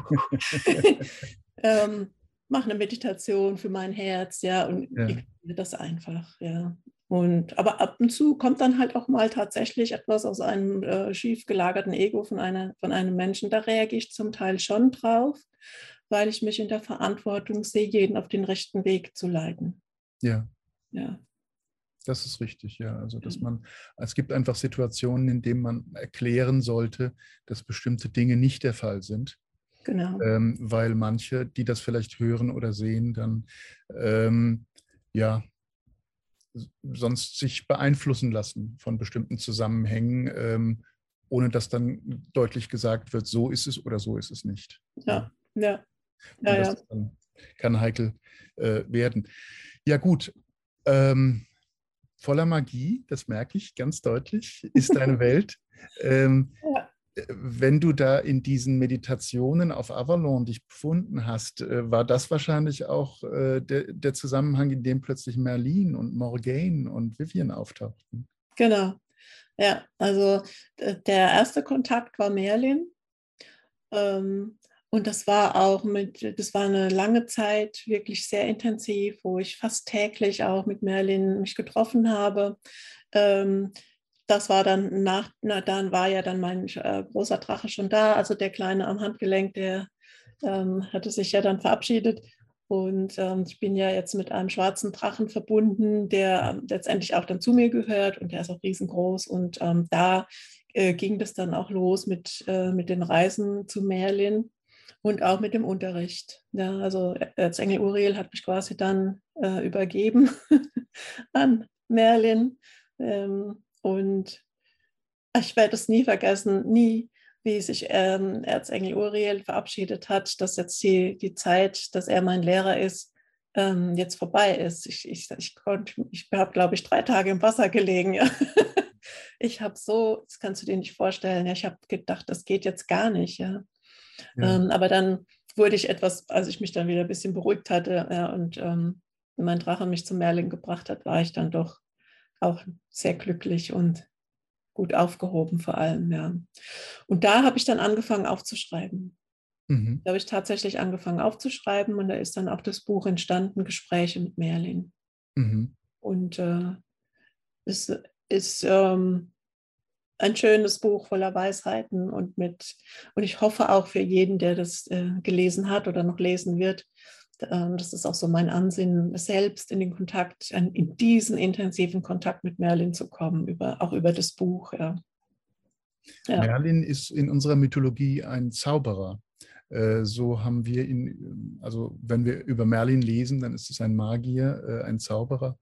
Mache eine Meditation für mein Herz, ja, und ignoriere das einfach, ja. Aber ab und zu kommt dann halt auch mal tatsächlich etwas aus einem schief gelagerten Ego von einem Menschen. Da reagiere ich zum Teil schon drauf, weil ich mich in der Verantwortung sehe, jeden auf den rechten Weg zu leiten. Ja. Ja. Das ist richtig, ja. Also, es gibt einfach Situationen, in denen man erklären sollte, dass bestimmte Dinge nicht der Fall sind. Genau. Weil manche, die das vielleicht hören oder sehen, dann sonst sich beeinflussen lassen von bestimmten Zusammenhängen, ohne dass dann deutlich gesagt wird, so ist es oder so ist es nicht. Ja. Und das kann heikel werden. Ja gut, voller Magie, das merke ich ganz deutlich, ist deine Welt. Wenn du da in diesen Meditationen auf Avalon dich befunden hast, war das wahrscheinlich auch der Zusammenhang, in dem plötzlich Merlin und Morgaine und Vivian auftauchten. Genau. Ja, also der erste Kontakt war Merlin. Und das war eine lange Zeit wirklich sehr intensiv, wo ich fast täglich auch mit Merlin mich getroffen habe. Das war dann dann war ja dann mein großer Drache schon da, also der Kleine am Handgelenk, der hatte sich ja dann verabschiedet. Und ich bin ja jetzt mit einem schwarzen Drachen verbunden, der letztendlich auch dann zu mir gehört, und der ist auch riesengroß. Und da ging das dann auch los mit den Reisen zu Merlin und auch mit dem Unterricht. Ja, also Erzengel Uriel hat mich quasi dann übergeben an Merlin. Und ich werde es nie vergessen, wie sich Erzengel Uriel verabschiedet hat, dass jetzt die Zeit, dass er mein Lehrer ist, jetzt vorbei ist. Ich habe, glaube ich, 3 Tage im Wasser gelegen. Ja. Das kannst du dir nicht vorstellen. Ja, ich habe gedacht, das geht jetzt gar nicht. Ja. Aber dann wurde ich als ich mich dann wieder ein bisschen beruhigt hatte, ja, und mein Drache mich zu Merlin gebracht hat, war ich dann doch auch sehr glücklich und gut aufgehoben vor allem, ja. Und da habe ich dann angefangen aufzuschreiben. Da habe ich tatsächlich angefangen aufzuschreiben, und da ist dann auch das Buch entstanden, Gespräche mit Merlin. Und es ist ein schönes Buch voller Weisheiten und ich hoffe auch für jeden, der das gelesen hat oder noch lesen wird, das ist auch so mein Ansinnen, selbst in diesen intensiven Kontakt mit Merlin zu kommen, auch über das Buch. Ja. Ja. Merlin ist in unserer Mythologie ein Zauberer. So haben wir ihn, also wenn wir über Merlin lesen, dann ist es ein Magier, ein Zauberer.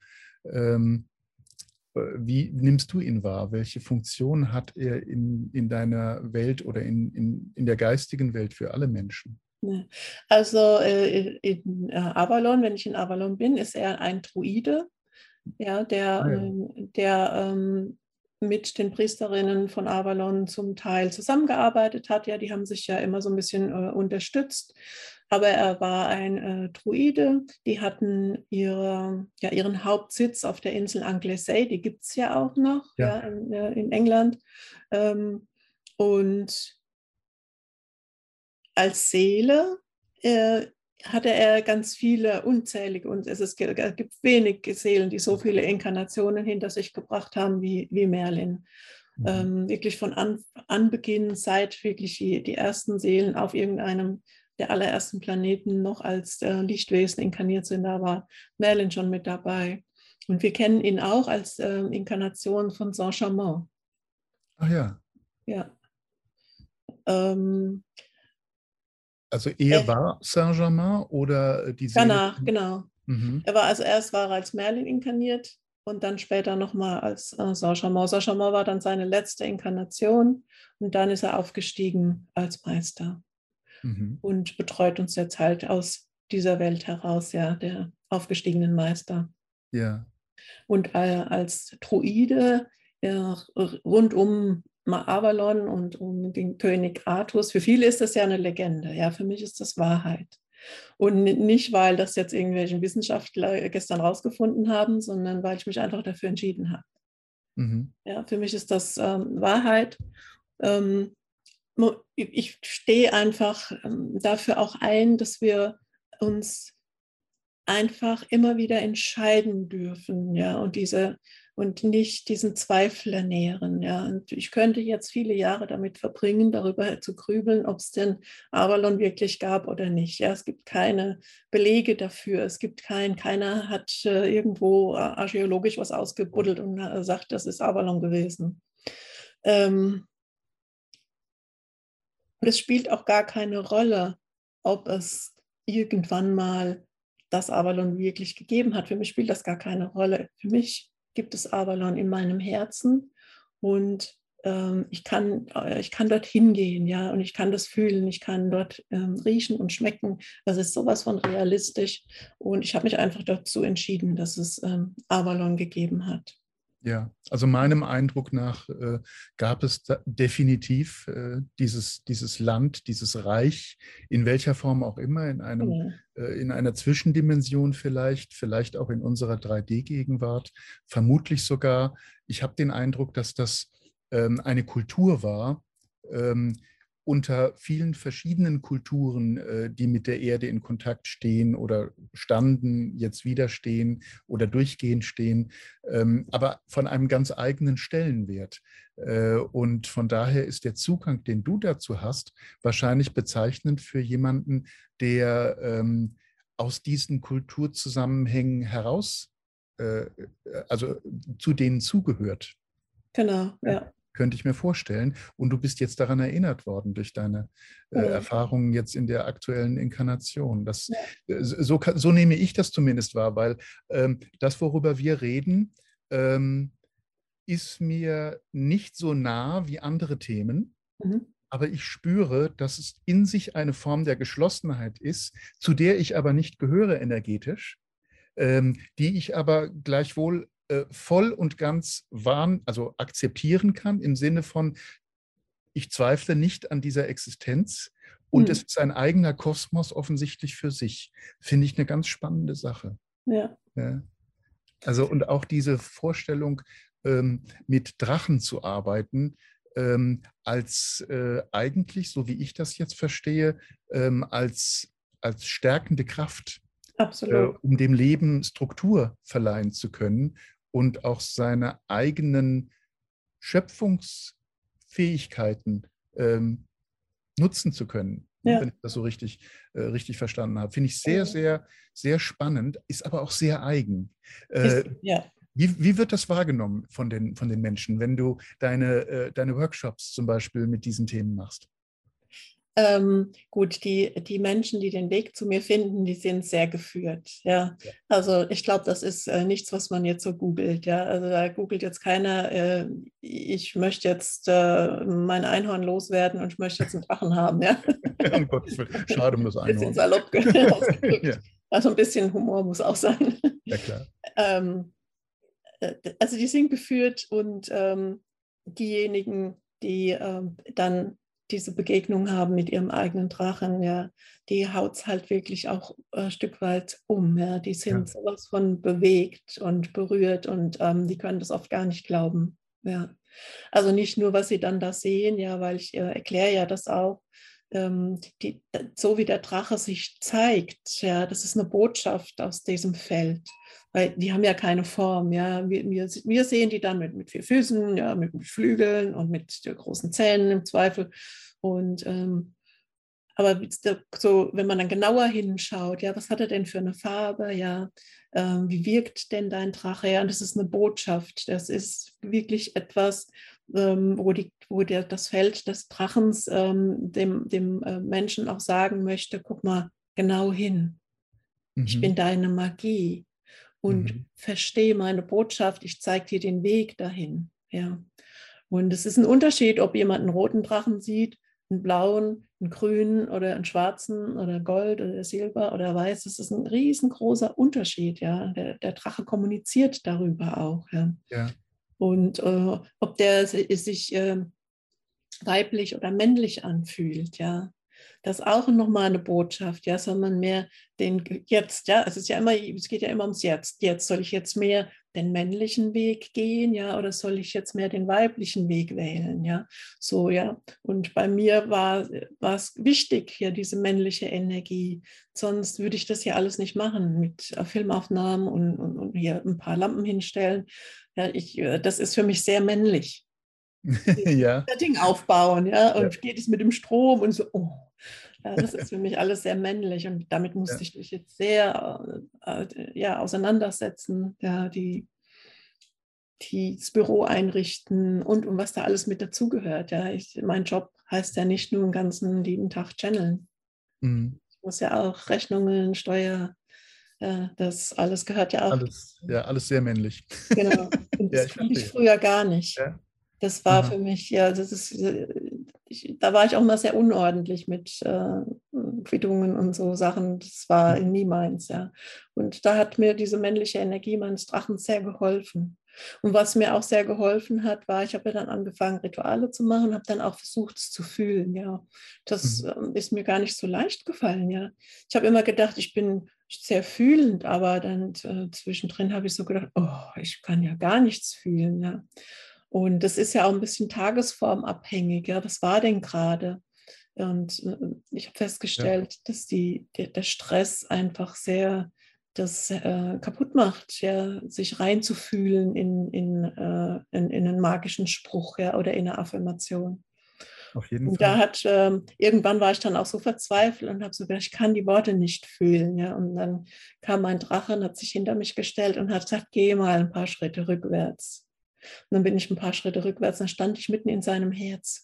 Wie nimmst du ihn wahr? Welche Funktion hat er in deiner Welt oder in der geistigen Welt für alle Menschen? Also in Avalon, wenn ich in Avalon bin, ist er ein Druide, ja, der mit den Priesterinnen von Avalon zum Teil zusammengearbeitet hat. Ja, die haben sich ja immer so ein bisschen unterstützt. Aber er war ein Druide. Die hatten ihren Hauptsitz auf der Insel Anglesey. Die gibt es ja auch noch, ja, in England. Und als Seele hatte er ganz viele, unzählige, und es gibt wenig Seelen, die so viele Inkarnationen hinter sich gebracht haben wie Merlin. Wirklich von Anbeginn, seit wirklich die ersten Seelen auf irgendeinem der allerersten Planeten noch als Lichtwesen inkarniert sind, da war Merlin schon mit dabei. Und wir kennen ihn auch als Inkarnation von Saint-Chamond. Ach ja. Ja. Ähm, Also er war Saint-Germain oder die Seele? Danach, genau. Mhm. Erst war er als Merlin inkarniert und dann später nochmal als Saint-Chamond. Saint-Chamond war dann seine letzte Inkarnation und dann ist er aufgestiegen als Meister Mhm. und betreut uns jetzt halt aus dieser Welt heraus, ja, der aufgestiegenen Meister. Ja. Und als Druide rund um Avalon und um den König Artus, für viele ist das ja eine Legende, ja, für mich ist das Wahrheit. Und nicht, weil das jetzt irgendwelche Wissenschaftler gestern rausgefunden haben, sondern weil ich mich einfach dafür entschieden habe. Mhm. Ja, für mich ist das Wahrheit. Ähm, ich stehe einfach dafür auch ein, dass wir uns einfach immer wieder entscheiden dürfen, ja, und nicht diesen Zweifel ernähren, ja. Und ich könnte jetzt viele Jahre damit verbringen, darüber zu grübeln, ob es denn Avalon wirklich gab oder nicht. Ja, es gibt keine Belege dafür. Keiner hat irgendwo archäologisch was ausgebuddelt und sagt, das ist Avalon gewesen. Es spielt auch gar keine Rolle, ob es irgendwann mal das Avalon wirklich gegeben hat. Für mich spielt das gar keine Rolle. Für mich gibt es Avalon in meinem Herzen und ich kann dorthin gehen, ja, und ich kann das fühlen, ich kann dort riechen und schmecken. Das ist sowas von realistisch und ich habe mich einfach dazu entschieden, dass es Avalon gegeben hat. Ja, also meinem Eindruck nach gab es definitiv dieses Land, dieses Reich, in welcher Form auch immer, in einer Zwischendimension vielleicht auch in unserer 3D-Gegenwart, vermutlich sogar. Ich habe den Eindruck, dass das eine Kultur war, unter vielen verschiedenen Kulturen, die mit der Erde in Kontakt stehen oder standen, jetzt wieder stehen oder durchgehend stehen, aber von einem ganz eigenen Stellenwert. Und von daher ist der Zugang, den du dazu hast, wahrscheinlich bezeichnend für jemanden, der aus diesen Kulturzusammenhängen heraus, also zu denen zugehört. Genau, ja. Könnte ich mir vorstellen. Und du bist jetzt daran erinnert worden durch deine Erfahrungen jetzt in der aktuellen Inkarnation. So nehme ich das zumindest wahr, weil das, worüber wir reden, ist mir nicht so nah wie andere Themen. Mhm. Aber ich spüre, dass es in sich eine Form der Geschlossenheit ist, zu der ich aber nicht gehöre energetisch, die ich aber gleichwohl voll und ganz also akzeptieren kann, im Sinne von, ich zweifle nicht an dieser Existenz und es ist ein eigener Kosmos offensichtlich für sich. Finde ich eine ganz spannende Sache. Ja. Ja. Also und auch diese Vorstellung, mit Drachen zu arbeiten, als eigentlich, so wie ich das jetzt verstehe, als stärkende Kraft, Absolut. um dem Leben Struktur verleihen zu können und auch seine eigenen Schöpfungsfähigkeiten nutzen zu können, Ja. wenn ich das so richtig verstanden habe. Finde ich sehr, sehr, sehr spannend, ist aber auch sehr eigen. Ja. Wie wird das wahrgenommen von den Menschen, wenn du deine Workshops zum Beispiel mit diesen Themen machst? Gut, die Menschen, die den Weg zu mir finden, die sind sehr geführt. Ja, also ich glaube, das ist nichts, was man jetzt so googelt. Ja, also da googelt jetzt keiner, ich möchte jetzt mein Einhorn loswerden und ich möchte jetzt einen Drachen haben. Ja, Um Gottes Willen, schade um das bisschen Einhorn. salopp ausgedrückt. Ja. Also ein bisschen Humor muss auch sein. Ja, klar. Also die sind geführt und diejenigen, die dann diese Begegnung haben mit ihrem eigenen Drachen, ja, die haut es halt wirklich auch ein Stück weit um. Ja. Die sind Ja. sowas von bewegt und berührt und die können das oft gar nicht glauben. Ja. Also nicht nur, was sie dann da sehen, ja, weil ich erkläre ja das auch. so wie der Drache sich zeigt, ja, das ist eine Botschaft aus diesem Feld, weil die haben ja keine Form, ja, wir sehen die dann mit 4 Füßen, ja, mit Flügeln und mit großen Zähnen im Zweifel und aber so, wenn man dann genauer hinschaut, ja, was hat er denn für eine Farbe, ja, wie wirkt denn dein Drache, ja, und das ist eine Botschaft, das ist wirklich etwas, wo das Feld des Drachens dem Menschen auch sagen möchte, guck mal genau hin, ich bin deine Magie und verstehe meine Botschaft, ich zeige dir den Weg dahin, ja. Und es ist ein Unterschied, ob jemand einen roten Drachen sieht, einen blauen, einen grünen oder einen schwarzen oder Gold oder Silber oder Weiß. Das ist ein riesengroßer Unterschied. Ja? Der Drache kommuniziert darüber auch. Ja? Ja. Und ob der sich weiblich oder männlich anfühlt, ja. Das ist auch nochmal eine Botschaft, ja, soll man mehr den Jetzt, ja, es geht ja immer ums Jetzt. Jetzt soll ich jetzt mehr den männlichen Weg gehen, ja, oder soll ich jetzt mehr den weiblichen Weg wählen, ja, so, ja. Und bei mir war es wichtig, ja, diese männliche Energie, sonst würde ich das ja alles nicht machen mit Filmaufnahmen und hier ein paar Lampen hinstellen. Ja, das ist für mich sehr männlich. Ja. Setting aufbauen, ja, Ja. und geht es mit dem Strom und so, oh. Ja, das ist für mich alles sehr männlich und damit musste ich mich jetzt sehr ja, auseinandersetzen, ja, das Büro einrichten und was da alles mit dazugehört. Ja. Mein Job heißt ja nicht nur den ganzen lieben Tag channeln. Ich muss ja auch Rechnungen, Steuer, das alles gehört ja auch. Alles sehr männlich. Genau. Und Ja, das ich konnte ich verstehe. früher gar nicht. Ja. Das war für mich, ja, da war ich auch mal sehr unordentlich mit Quittungen und so Sachen. Das war nie meins, ja. Und da hat mir diese männliche Energie meines Drachens sehr geholfen. Und was mir auch sehr geholfen hat, war, ich habe ja dann angefangen, Rituale zu machen, habe dann auch versucht, es zu fühlen, ja. Das ist mir gar nicht so leicht gefallen, ja. Ich habe immer gedacht, ich bin sehr fühlend, aber dann zwischendrin habe ich so gedacht, oh, ich kann ja gar nichts fühlen, ja. Und das ist ja auch ein bisschen tagesformabhängig, ja. Was war denn gerade? Und ich habe festgestellt, dass der Stress einfach sehr das kaputt macht, ja, sich reinzufühlen in einen magischen Spruch, ja, oder in eine Affirmation. Auf jeden Und da Fall. irgendwann war ich dann auch so verzweifelt und habe so gedacht, ich kann die Worte nicht fühlen. Ja. Und dann kam mein Drache und hat sich hinter mich gestellt und hat gesagt, geh mal ein paar Schritte rückwärts. Und dann bin ich ein paar Schritte rückwärts, dann stand ich mitten in seinem Herz.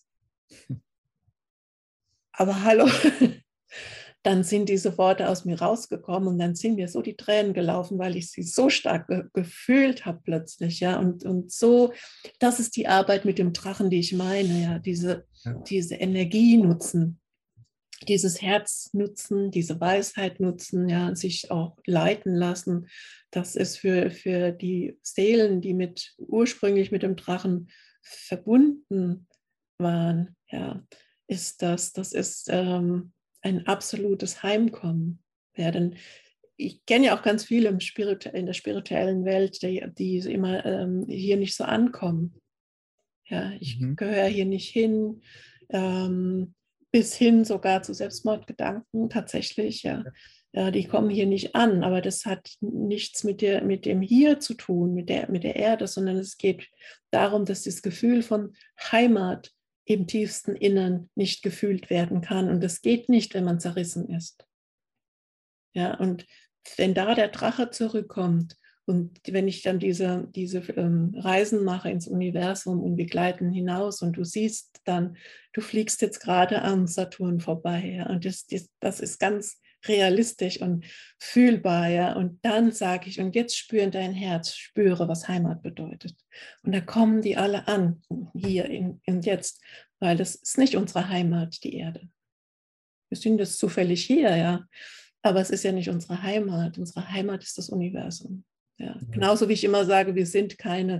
Aber hallo, dann sind diese Worte aus mir rausgekommen und dann sind mir so die Tränen gelaufen, weil ich sie so stark gefühlt habe plötzlich. Ja? Und so, das ist die Arbeit mit dem Drachen, die ich meine, ja, diese Energie nutzen, dieses Herz nutzen, diese Weisheit nutzen, ja, sich auch leiten lassen. Das ist für die Seelen, die ursprünglich mit dem Drachen verbunden waren, ja, das ist ein absolutes Heimkommen. Ja, denn ich kenne ja auch ganz viele in der spirituellen Welt, die immer hier nicht so ankommen. Ja, ich gehöre hier nicht hin, bis hin sogar zu Selbstmordgedanken tatsächlich. Ja. Ja, die kommen hier nicht an, aber das hat nichts mit dem Hier zu tun, mit der Erde, sondern es geht darum, dass das Gefühl von Heimat im tiefsten Innern nicht gefühlt werden kann. Und das geht nicht, wenn man zerrissen ist. Ja, und wenn da der Drache zurückkommt und wenn ich dann diese Reisen mache ins Universum und wir gleiten hinaus und du siehst dann, du fliegst jetzt gerade am Saturn vorbei. Ja, und das ist ganz realistisch und fühlbar. Ja, und dann sage ich, und jetzt spüre in dein Herz, spüre, was Heimat bedeutet. Und da kommen die alle an, hier und jetzt, weil das ist nicht unsere Heimat, die Erde. Wir sind jetzt zufällig hier, ja. Aber es ist ja nicht unsere Heimat. Unsere Heimat ist das Universum. Ja. Genauso wie ich immer sage, wir sind keine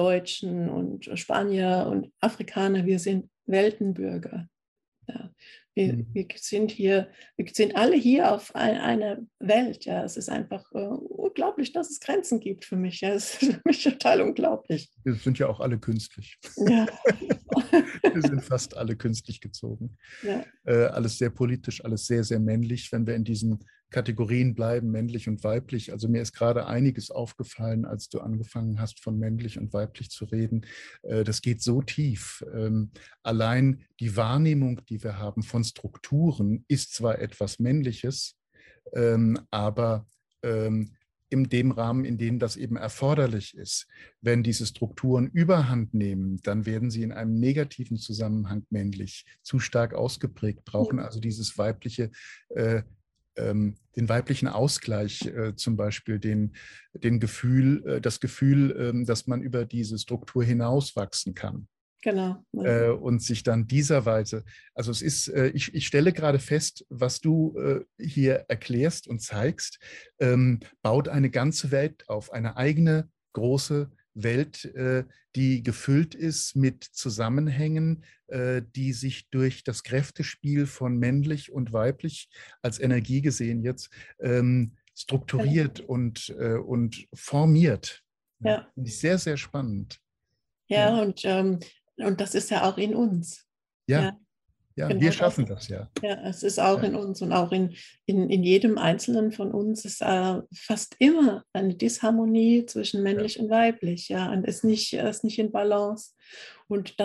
Deutschen und Spanier und Afrikaner, wir sind Weltenbürger. Ja. Wir sind alle hier auf einer Welt. Ja. Es ist einfach unglaublich, dass es Grenzen gibt für mich. Ja. Es ist für mich total unglaublich. Wir sind ja auch alle künstlich. Ja. Wir sind fast alle künstlich gezogen. Ja. Alles sehr politisch, alles sehr, sehr männlich, wenn wir in diesen Kategorien bleiben, männlich und weiblich. Also mir ist gerade einiges aufgefallen, als du angefangen hast, von männlich und weiblich zu reden. Das geht so tief. Allein die Wahrnehmung, die wir haben von Strukturen, ist zwar etwas Männliches, aber in dem Rahmen, in dem das eben erforderlich ist. Wenn diese Strukturen Überhand nehmen, dann werden sie in einem negativen Zusammenhang männlich, zu stark ausgeprägt, brauchen also dieses weibliche, den weiblichen Ausgleich, zum Beispiel das Gefühl, dass man über diese Struktur hinauswachsen kann. Genau. Und sich dann dieser Weise, also es ist, ich stelle gerade fest, was du hier erklärst und zeigst, baut eine ganze Welt auf, eine eigene große Welt, die gefüllt ist mit Zusammenhängen, die sich durch das Kräftespiel von männlich und weiblich als Energie gesehen jetzt strukturiert und formiert. Ja. Finde ich sehr, sehr spannend. Ja, und das ist ja auch in uns. Ja, Ja, ja, genau wir das. schaffen das ja. Ja, es ist auch Ja. in uns und auch in jedem Einzelnen von uns ist fast immer eine Disharmonie zwischen männlich und weiblich, ja, und ist nicht in Balance. Und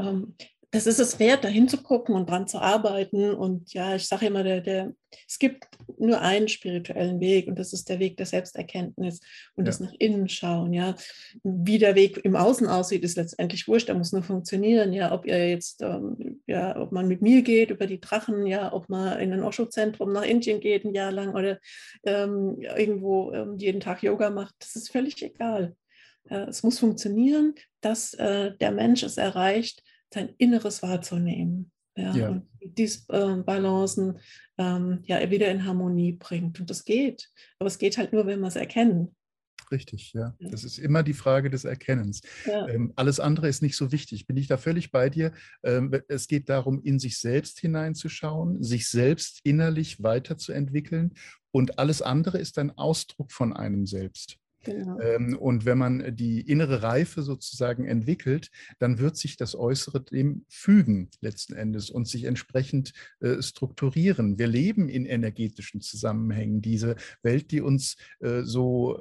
das ist es wert, da hinzugucken und dran zu arbeiten. Und ja, ich sage immer, es gibt nur einen spirituellen Weg und das ist der Weg der Selbsterkenntnis und das nach innen schauen. Ja. Wie der Weg im Außen aussieht, ist letztendlich wurscht, der muss nur funktionieren. Ja, ob ihr jetzt, ob man mit mir geht über die Drachen, ja, ob man in ein Osho-Zentrum nach Indien geht ein Jahr lang oder irgendwo jeden Tag Yoga macht, das ist völlig egal. Es muss funktionieren, dass der Mensch es erreicht, sein Inneres wahrzunehmen, ja, und diese Balancen wieder in Harmonie bringt. Und das geht. Aber es geht halt nur, wenn wir es erkennen. Richtig, ja. Das ist immer die Frage des Erkennens. Ja. Alles andere ist nicht so wichtig. Bin ich da völlig bei dir? Es geht darum, in sich selbst hineinzuschauen, sich selbst innerlich weiterzuentwickeln und alles andere ist ein Ausdruck von einem selbst. Genau. Und wenn man die innere Reife sozusagen entwickelt, dann wird sich das Äußere dem fügen letzten Endes und sich entsprechend strukturieren. Wir leben in energetischen Zusammenhängen. Diese Welt, die uns so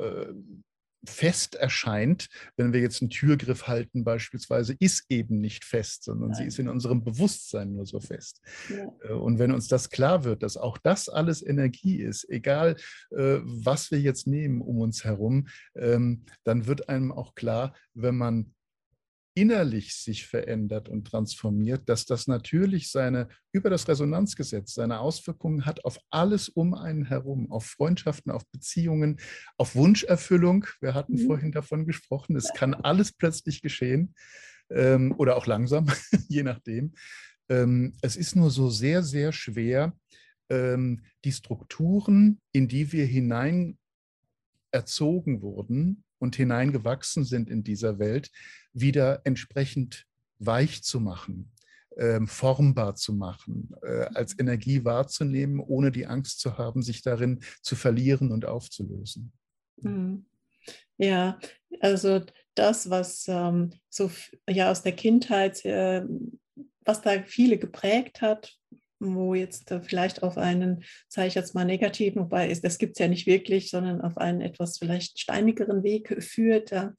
fest erscheint, wenn wir jetzt einen Türgriff halten beispielsweise, ist eben nicht fest, sondern sie ist in unserem Bewusstsein nur so fest. Ja. Und wenn uns das klar wird, dass auch das alles Energie ist, egal was wir jetzt nehmen um uns herum, dann wird einem auch klar, wenn man innerlich sich verändert und transformiert, dass das natürlich über das Resonanzgesetz seine Auswirkungen hat auf alles um einen herum, auf Freundschaften, auf Beziehungen, auf Wunscherfüllung. Wir hatten vorhin davon gesprochen, es kann alles plötzlich geschehen oder auch langsam, je nachdem. Es ist nur so sehr, sehr schwer, die Strukturen, in die wir hinein erzogen wurden und hineingewachsen sind in dieser Welt, wieder entsprechend weich zu machen, formbar zu machen, als Energie wahrzunehmen, ohne die Angst zu haben, sich darin zu verlieren und aufzulösen. Ja, also das, was aus der Kindheit, was da viele geprägt hat, wo jetzt vielleicht auf einen, sage ich jetzt mal negativ, wobei das gibt es ja nicht wirklich, sondern auf einen etwas vielleicht steinigeren Weg führt. Ja.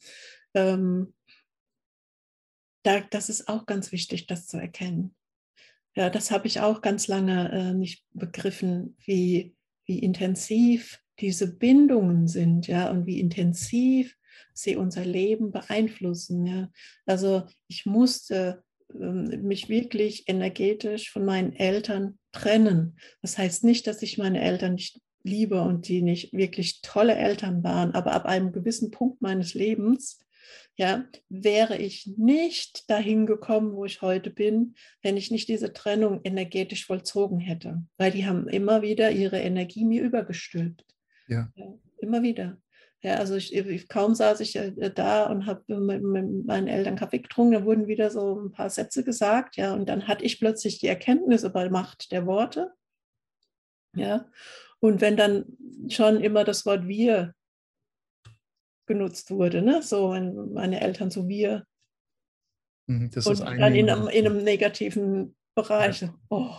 Das ist auch ganz wichtig, das zu erkennen. Ja, das habe ich auch ganz lange nicht begriffen, wie intensiv diese Bindungen sind, ja, und wie intensiv sie unser Leben beeinflussen. Ja. Also ich musste mich wirklich energetisch von meinen Eltern trennen. Das heißt nicht, dass ich meine Eltern nicht liebe und die nicht wirklich tolle Eltern waren, aber ab einem gewissen Punkt meines Lebens, ja, wäre ich nicht dahin gekommen, wo ich heute bin, wenn ich nicht diese Trennung energetisch vollzogen hätte. Weil die haben immer wieder ihre Energie mir übergestülpt. Ja. Ja, immer wieder. Ja, also kaum saß ich da und habe mit meinen Eltern Kaffee getrunken, da wurden wieder so ein paar Sätze gesagt, ja, und dann hatte ich plötzlich die Erkenntnis über die Macht der Worte, ja, und wenn dann schon immer das Wort wir genutzt wurde, ne, so wenn meine Eltern so wir Das ist und dann in Einnehmen. einem negativen Bereich, Ja. so, oh,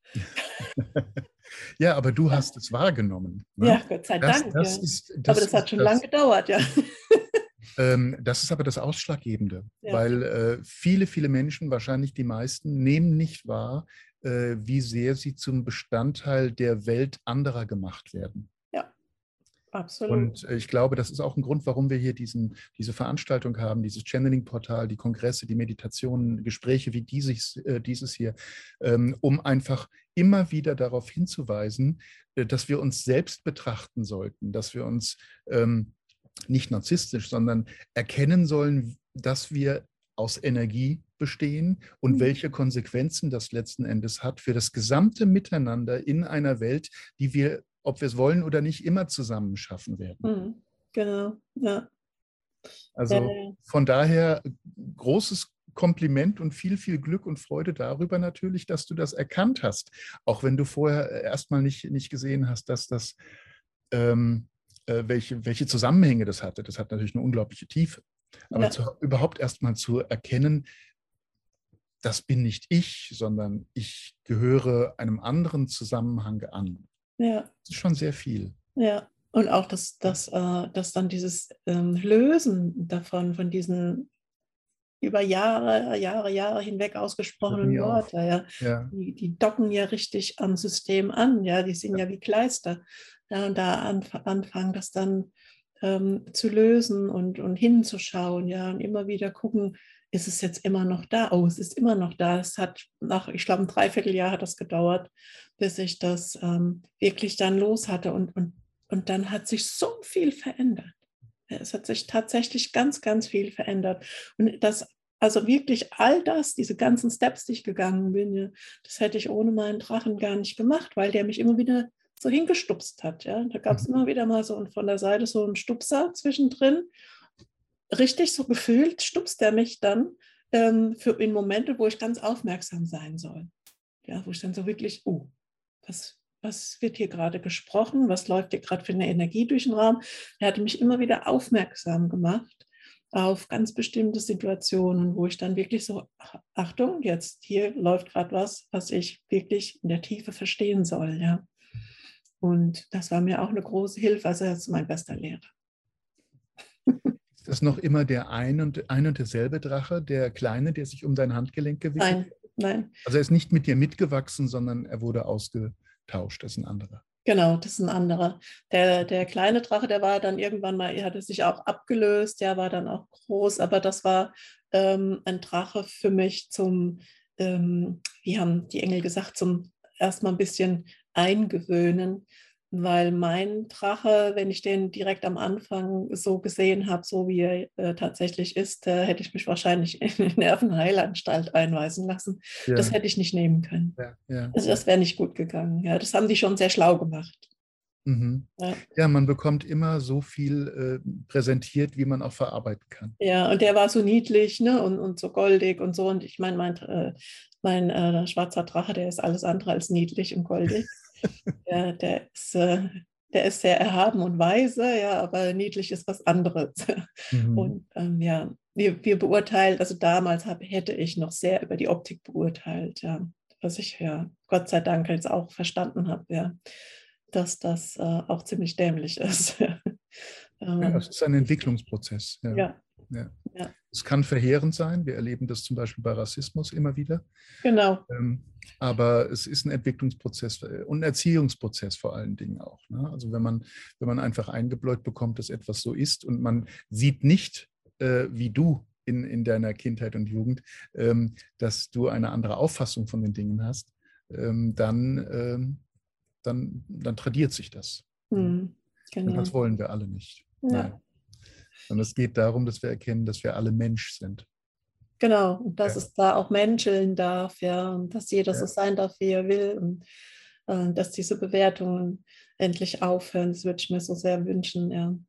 Ja, aber du hast es wahrgenommen. Ne? ja, Gott sei Das, Dank, das ja. ist, Aber das das hat ist schon lange das. gedauert, ja. Das ist aber das Ausschlaggebende, Ja, weil viele, viele Menschen, wahrscheinlich die meisten, nehmen nicht wahr, wie sehr sie zum Bestandteil der Welt anderer gemacht werden. ja, absolut. Und ich glaube, das ist auch ein Grund, warum wir hier diese Veranstaltung haben, dieses Channeling-Portal, die Kongresse, die Meditationen, Gespräche wie dieses hier, um einfach immer wieder darauf hinzuweisen, dass wir uns selbst betrachten sollten, dass wir uns nicht narzisstisch, sondern erkennen sollen, dass wir aus Energie bestehen und Mhm. welche Konsequenzen das letzten Endes hat für das gesamte Miteinander in einer Welt, die wir, ob wir es wollen oder nicht, immer zusammen schaffen werden. Mhm. Genau, ja. Also von daher großes Kompliment und viel, viel Glück und Freude darüber natürlich, dass du das erkannt hast, auch wenn du vorher erstmal nicht gesehen hast, dass das welche Zusammenhänge das hatte. Das hat natürlich eine unglaubliche Tiefe. Aber Ja, überhaupt erstmal zu erkennen, das bin nicht ich, sondern ich gehöre einem anderen Zusammenhang an. ja, Das ist schon sehr viel. ja. Und auch dass dann dieses Lösen davon, von diesen über Jahre hinweg Hört ausgesprochenen nie auf. Worte, ja, Ja. die docken ja richtig am System an, ja, die sind ja wie Kleister. Ja, und da anfangen, das dann zu lösen und hinzuschauen, ja, und immer wieder gucken, ist es jetzt immer noch da? Oh, es ist immer noch da. Es hat ich glaube, ein Dreivierteljahr hat das gedauert, bis ich das wirklich dann los hatte. Und dann hat sich so viel verändert. Ja, es hat sich tatsächlich ganz, ganz viel verändert. Und das, also wirklich all das, diese ganzen Steps, die ich gegangen bin, ja, das hätte ich ohne meinen Drachen gar nicht gemacht, weil der mich immer wieder so hingestupst hat. Ja. Da gab es Mhm. immer wieder mal so von der Seite so einen Stupser zwischendrin. Richtig so gefühlt stupst er mich dann in Momente, wo ich ganz aufmerksam sein soll. Ja, wo ich dann so wirklich, was wird hier gerade gesprochen? Was läuft hier gerade für eine Energie durch den Raum? Er hatte mich immer wieder aufmerksam gemacht auf ganz bestimmte Situationen, wo ich dann wirklich so, Achtung, jetzt hier läuft gerade was ich wirklich in der Tiefe verstehen soll. Ja. Und das war mir auch eine große Hilfe. Also er ist mein bester Lehrer. Ist das noch immer der ein und derselbe Drache, der Kleine, der sich um dein Handgelenk gewickelt hat? Nein, nein. Also er ist nicht mit dir mitgewachsen, sondern er wurde ausgetauscht. Das ist ein anderer. Genau, das ist ein anderer. Der kleine Drache, der war dann irgendwann mal, er hatte sich auch abgelöst, der war dann auch groß, aber das war ein Drache für mich wie haben die Engel gesagt, zum erstmal ein bisschen eingewöhnen, weil mein Drache, wenn ich den direkt am Anfang so gesehen habe, so wie er tatsächlich ist, hätte ich mich wahrscheinlich in eine Nervenheilanstalt einweisen lassen. Das Ja, hätte ich nicht nehmen können. ja, ja, Also ja. das wäre nicht gut gegangen. Ja, das haben die schon sehr schlau gemacht. Mhm. Ja, Ja, man bekommt immer so viel präsentiert, wie man auch verarbeiten kann. ja, und der war so niedlich, ne? Und so goldig und so. Und ich meine, mein schwarzer Drache, der ist alles andere als niedlich und goldig. Der ist sehr erhaben und weise, ja, aber niedlich ist was anderes. Mhm. Und ja, wir beurteilen, also damals hätte ich noch sehr über die Optik beurteilt, ja, was ich ja Gott sei Dank jetzt auch verstanden habe, ja, dass das auch ziemlich dämlich ist. Ja, Aber, es ist ein Entwicklungsprozess. Ja. ja, Ja. ja, Es kann verheerend sein. Wir erleben das zum Beispiel bei Rassismus immer wieder. genau. Ähm, aber es ist ein Entwicklungsprozess und ein Erziehungsprozess vor allen Dingen auch. Ne? Also wenn man einfach eingebläut bekommt, dass etwas so ist und man sieht nicht, wie du in deiner Kindheit und Jugend, dass du eine andere Auffassung von den Dingen hast, dann tradiert sich das. Ne? Hm, Und genau. das wollen wir alle nicht. Ja, Nein. Sondern es geht darum, dass wir erkennen, dass wir alle Mensch sind. genau. Und dass Ja, es da auch menscheln darf, ja, und dass jeder so ja. sein darf, wie er will. Und dass diese Bewertungen endlich aufhören. Das würde ich mir so sehr wünschen, ja.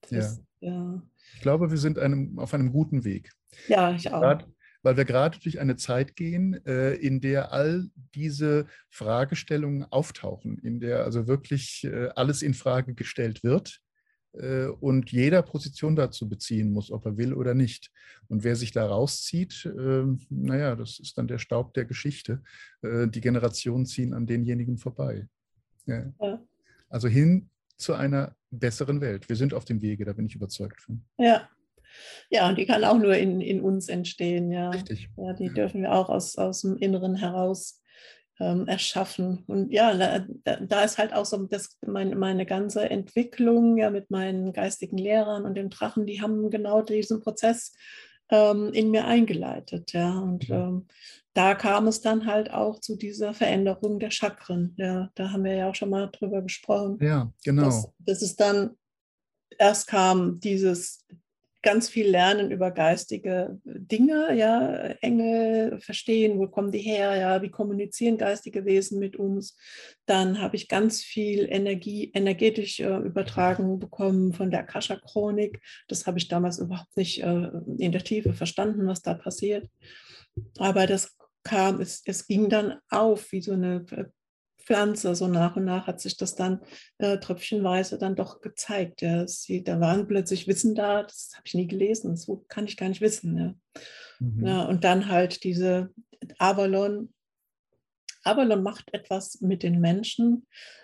Ja. Ja. Ich glaube, wir sind auf einem guten Weg. Ja, ich auch. Weil wir gerade durch eine Zeit gehen, in der all diese Fragestellungen auftauchen, in der also wirklich alles in Frage gestellt wird und jeder Position dazu beziehen muss, ob er will oder nicht. Und wer sich da rauszieht, naja, das ist dann der Staub der Geschichte. Die Generationen ziehen an denjenigen vorbei. Ja. Ja. Also hin zu einer besseren Welt. Wir sind auf dem Wege, da bin ich überzeugt von. Ja. Ja, und die kann auch nur in uns entstehen, ja. Richtig. Ja, die Ja. dürfen wir auch aus dem Inneren heraus erschaffen. Und ja, da ist halt auch so meine ganze Entwicklung ja mit meinen geistigen Lehrern und dem Drachen, die haben genau diesen Prozess in mir eingeleitet, ja. Und da kam es dann halt auch zu dieser Veränderung der Chakren. Ja, da haben wir ja auch schon mal drüber gesprochen, Ja, genau. dass es dann erst kam dieses ganz viel Lernen über geistige Dinge, ja, Engel verstehen, wo kommen die her, ja, wie kommunizieren geistige Wesen mit uns. Dann habe ich ganz viel energetisch übertragen bekommen von der Akasha-Chronik. Das habe ich damals überhaupt nicht in der Tiefe verstanden, was da passiert. Aber das kam, es ging dann auf wie so eine Pflanze, so nach und nach hat sich das dann tröpfchenweise dann doch gezeigt. Ja. Da waren plötzlich Wissen da, das habe ich nie gelesen, das kann ich gar nicht wissen. Ja. Mhm. Ja, und dann halt diese Avalon. Avalon macht etwas mit den Menschen,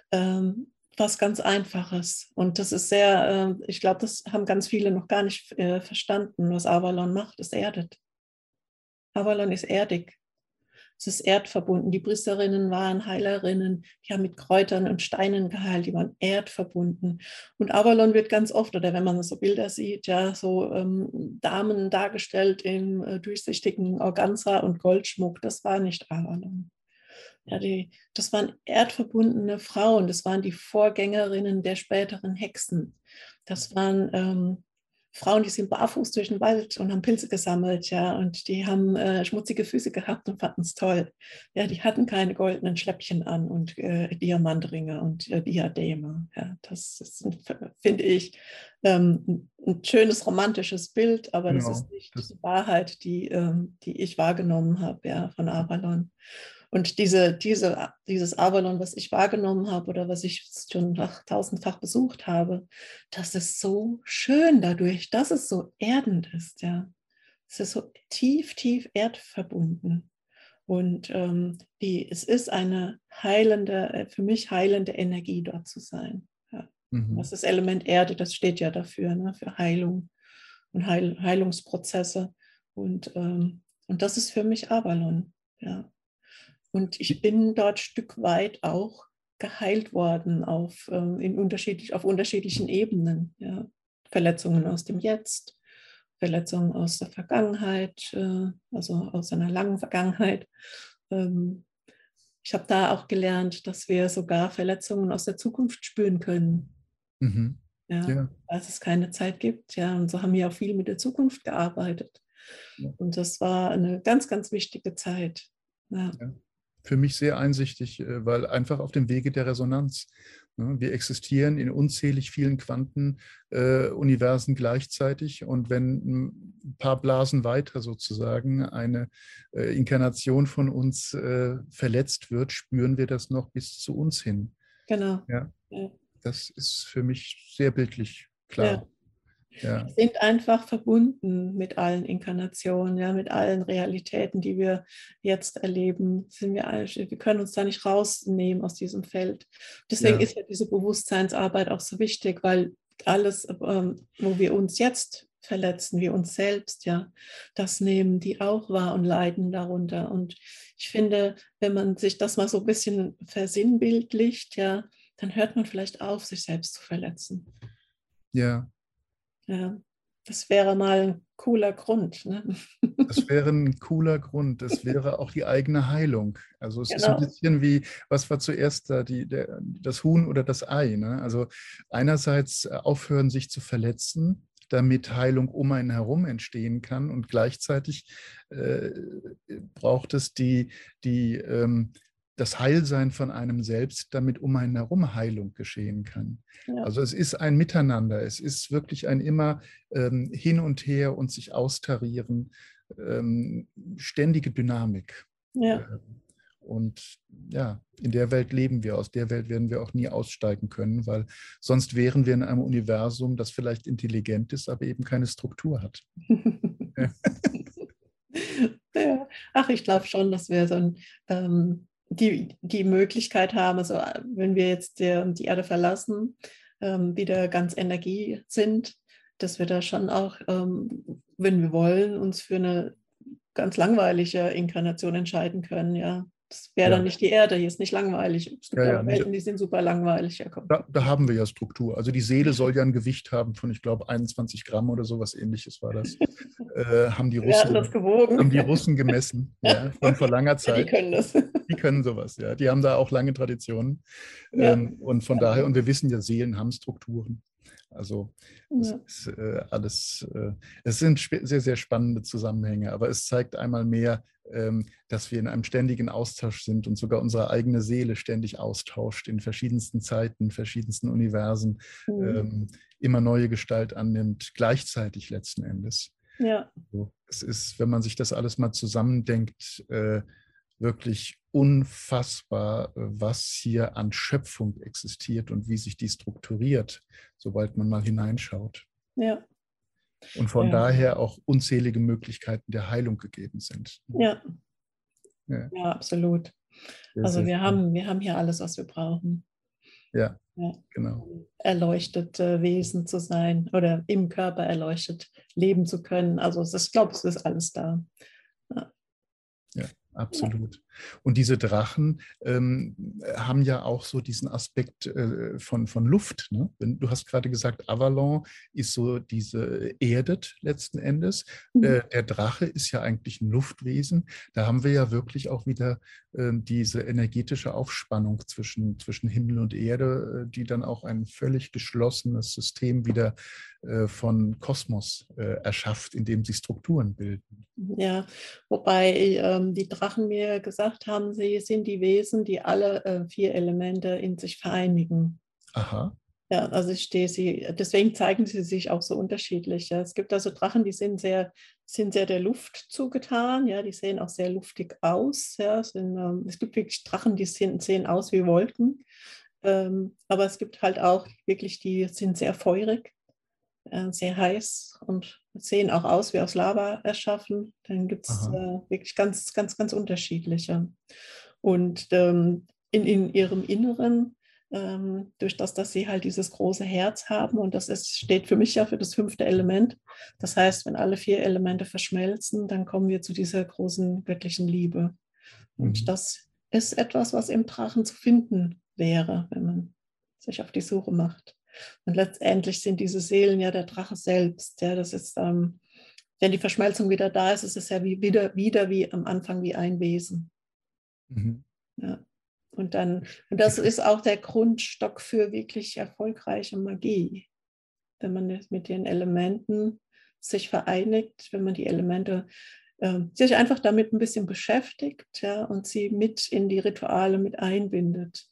was ganz Einfaches. Und das ist sehr, ich glaube, das haben ganz viele noch gar nicht verstanden, was Avalon macht. Es erdet. Avalon ist erdig. Es ist erdverbunden. Die Priesterinnen waren Heilerinnen, die haben mit Kräutern und Steinen geheilt, die waren erdverbunden. Und Avalon wird ganz oft, oder wenn man so Bilder sieht, ja, so Damen dargestellt im durchsichtigen Organza und Goldschmuck, das war nicht Avalon. Ja, das waren erdverbundene Frauen, das waren die Vorgängerinnen der späteren Hexen. Das waren Frauen, die sind barfuß durch den Wald und haben Pilze gesammelt, ja, und die haben schmutzige Füße gehabt und fanden es toll. Ja, die hatten keine goldenen Schläppchen an und Diamantringe und Diademe. Ja, das ist, finde ich, ein schönes romantisches Bild, aber das Genau. ist nicht die Wahrheit, die ich wahrgenommen habe, ja, von Avalon. Und dieses Avalon, was ich wahrgenommen habe oder was ich schon tausendfach besucht habe, das ist so schön dadurch, dass es so erdend ist. Ja. Es ist so tief, tief erdverbunden. Und es ist eine heilende, für mich heilende Energie, dort zu sein. Ja. Mhm. Das ist Element Erde, das steht ja dafür, ne, für Heilung und Heilungsprozesse. Und das ist für mich Avalon. Ja. Und ich bin dort ein Stück weit auch geheilt worden auf unterschiedlichen Ebenen. Ja. Verletzungen aus dem Jetzt, Verletzungen aus der Vergangenheit, also aus einer langen Vergangenheit. Ich habe da auch gelernt, dass wir sogar Verletzungen aus der Zukunft spüren können. Mhm. Ja, Ja. als es keine Zeit gibt. Ja, und so haben wir auch viel mit der Zukunft gearbeitet. Ja. Und das war eine ganz, ganz wichtige Zeit. Ja. Ja. Für mich sehr einsichtig, weil einfach auf dem Wege der Resonanz. Ne, wir existieren in unzählig vielen Quantenuniversen gleichzeitig und wenn ein paar Blasen weiter sozusagen eine Inkarnation von uns verletzt wird, spüren wir das noch bis zu uns hin. Genau. Ja, Ja. das ist für mich sehr bildlich Ja. klar. Ja, Wir sind einfach verbunden mit allen Inkarnationen, ja, mit allen Realitäten, die wir jetzt erleben. Wir können uns da nicht rausnehmen aus diesem Feld. Deswegen ja, ist ja diese Bewusstseinsarbeit auch so wichtig, weil alles, wo wir uns jetzt verletzen, wir uns selbst, ja, das nehmen die auch wahr und leiden darunter. Und ich finde, wenn man sich das mal so ein bisschen versinnbildlicht, ja, dann hört man vielleicht auf, sich selbst zu verletzen. ja. Ja, das wäre mal ein cooler Grund. Ne? Das wäre ein cooler Grund. Das wäre auch die eigene Heilung. Also es ist ein Genau, bisschen wie, was war zuerst da, das Huhn oder das Ei? Ne? Also einerseits aufhören, sich zu verletzen, damit Heilung um einen herum entstehen kann. Und gleichzeitig braucht es die das Heilsein von einem selbst, damit um einen herum Heilung geschehen kann. Ja. Also es ist ein Miteinander, es ist wirklich ein immer hin und her und sich austarieren, ständige Dynamik. Ja. Und ja, in der Welt leben wir. Aus der Welt werden wir auch nie aussteigen können, weil sonst wären wir in einem Universum, das vielleicht intelligent ist, aber eben keine Struktur hat. Ja. Ja. Ach, ich glaube schon, dass wir so die Möglichkeit haben, also wenn wir jetzt die Erde verlassen, wieder ganz Energie sind, dass wir da schon auch, wenn wir wollen, uns für eine ganz langweilige Inkarnation entscheiden können. Ja, das wäre dann Ja. nicht die Erde, hier ist nicht langweilig. Es gibt Ja, aber Welten, die sind super langweilig. Ja, komm. da haben wir ja Struktur. Also die Seele soll ja ein Gewicht haben von, ich glaube, 21 Gramm oder so, was Ähnliches war das. Haben die Wir hatten das gewogen. Russen gemessen, ja, von vor langer Ja, die Zeit. können das. Die können sowas, ja. Die haben da auch lange Traditionen. Ja. Und von daher, und wir wissen ja, Seelen haben Strukturen. Also es Ja. ist alles, es sind sehr, sehr spannende Zusammenhänge, aber es zeigt einmal mehr, dass wir in einem ständigen Austausch sind und sogar unsere eigene Seele ständig austauscht in verschiedensten Zeiten, verschiedensten Universen, immer neue Gestalt annimmt, gleichzeitig letzten Endes. Ja. Also es ist, wenn man sich das alles mal zusammendenkt, wirklich unfassbar, was hier an Schöpfung existiert und wie sich die strukturiert, sobald man mal hineinschaut. Ja. Und von Ja. daher auch unzählige Möglichkeiten der Heilung gegeben sind. Ja, Ja, ja, absolut. Also sehr wir schön. haben hier alles, was wir brauchen. Ja, Ja. genau. Erleuchtete Wesen zu sein oder im Körper erleuchtet leben zu können. Also ich glaube, es ist alles da. Ja. Ja, absolut. Und diese Drachen haben ja auch so diesen Aspekt von Luft. Ne? Du hast gerade gesagt, Avalon ist so diese erdet letzten Endes. Der Drache ist ja eigentlich ein Luftwesen. Da haben wir ja wirklich auch wieder diese energetische Aufspannung zwischen Himmel und Erde, die dann auch ein völlig geschlossenes System wieder von Kosmos erschafft, in dem sich Strukturen bilden. Ja, wobei die Drachen mir gesagt haben, sie sind die Wesen, die alle 4 Elemente in sich vereinigen. Aha. Ja, also deswegen zeigen sie sich auch so unterschiedlich. Ja. Es gibt also Drachen, die sind sehr der Luft zugetan, ja, die sehen auch sehr luftig aus. Ja. Es gibt wirklich Drachen, die sehen aus wie Wolken. Aber es gibt halt auch wirklich, die sind sehr feurig, sehr heiß und sehen auch aus wie aus Lava erschaffen. Dann gibt es Aha. wirklich ganz, ganz, ganz unterschiedliche. Und in ihrem Inneren, durch das, dass sie halt dieses große Herz haben, und steht für mich ja für das 5. Element. Das heißt, wenn alle 4 Elemente verschmelzen, dann kommen wir zu dieser großen göttlichen Liebe. Und das ist etwas, was im Drachen zu finden wäre, wenn man sich auf die Suche macht. Und letztendlich sind diese Seelen ja der Drache selbst. Ja, das ist, wenn die Verschmelzung wieder da ist, ist es ja wieder wie am Anfang wie ein Wesen. Ja. Und das ist auch der Grundstock für wirklich erfolgreiche Magie. Wenn man mit den Elementen sich vereinigt, wenn man die Elemente sich einfach damit ein bisschen beschäftigt, ja, und sie mit in die Rituale mit einbindet.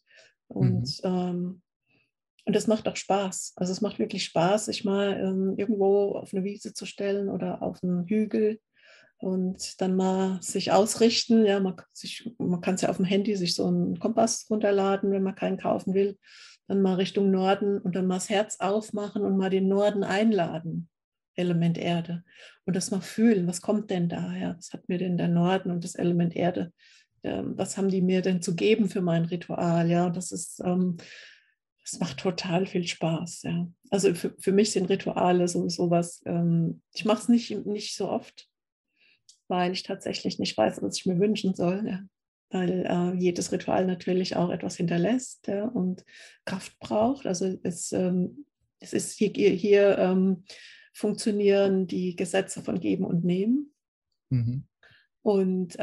Und das macht auch Spaß. Also es macht wirklich Spaß, sich mal irgendwo auf eine Wiese zu stellen oder auf einen Hügel und dann mal sich ausrichten. Ja, man kann es ja auf dem Handy sich so einen Kompass runterladen, wenn man keinen kaufen will. Dann mal Richtung Norden und dann mal das Herz aufmachen und mal den Norden einladen. Element Erde. Und das mal fühlen, was kommt denn da? Ja, was hat mir denn der Norden und das Element Erde? Was haben die mir denn zu geben für mein Ritual? Ja, und das macht total viel Spaß. Ja. Also für mich sind Rituale sowieso was. Ich mache es nicht so oft, weil ich tatsächlich nicht weiß, was ich mir wünschen soll. Ja. Weil jedes Ritual natürlich auch etwas hinterlässt, ja, und Kraft braucht. Also es ist hier funktionieren die Gesetze von Geben und Nehmen. Und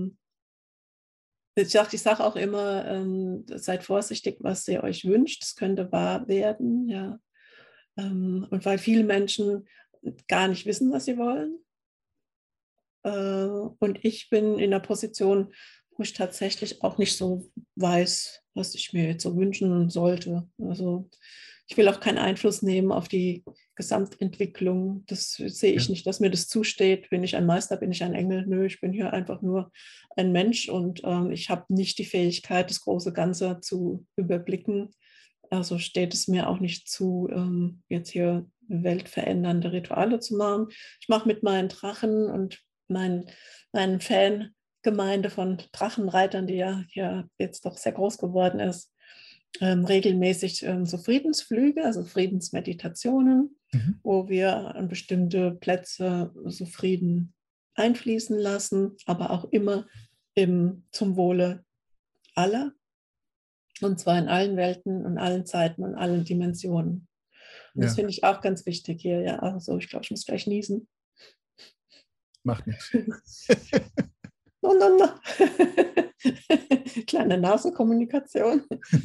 ich sage auch immer, seid vorsichtig, was ihr euch wünscht. Es könnte wahr werden. Ja. Und weil viele Menschen gar nicht wissen, was sie wollen. Und ich bin in der Position, wo ich tatsächlich auch nicht so weiß, was ich mir jetzt so wünschen sollte. Also ich will auch keinen Einfluss nehmen auf die Gesamtentwicklung. Das sehe ich Ja. nicht, dass mir das zusteht. Bin ich ein Meister, bin ich ein Engel? Nö, ich bin hier einfach nur ein Mensch und ich habe nicht die Fähigkeit, das große Ganze zu überblicken. Also steht es mir auch nicht zu, jetzt hier weltverändernde Rituale zu machen. Ich mache mit meinen Drachen und meinen Fangemeinde von Drachenreitern, die ja hier jetzt doch sehr groß geworden ist, regelmäßig so Friedensflüge, also Friedensmeditationen, Mhm. wo wir an bestimmte Plätze so Frieden einfließen lassen, aber auch immer zum Wohle aller, und zwar in allen Welten und allen Zeiten und allen Dimensionen. Und das Ja, finde ich auch ganz wichtig hier. Ja, also ich glaube, ich muss gleich niesen. macht nichts. No, no, no. Kleine Nasenkommunikation.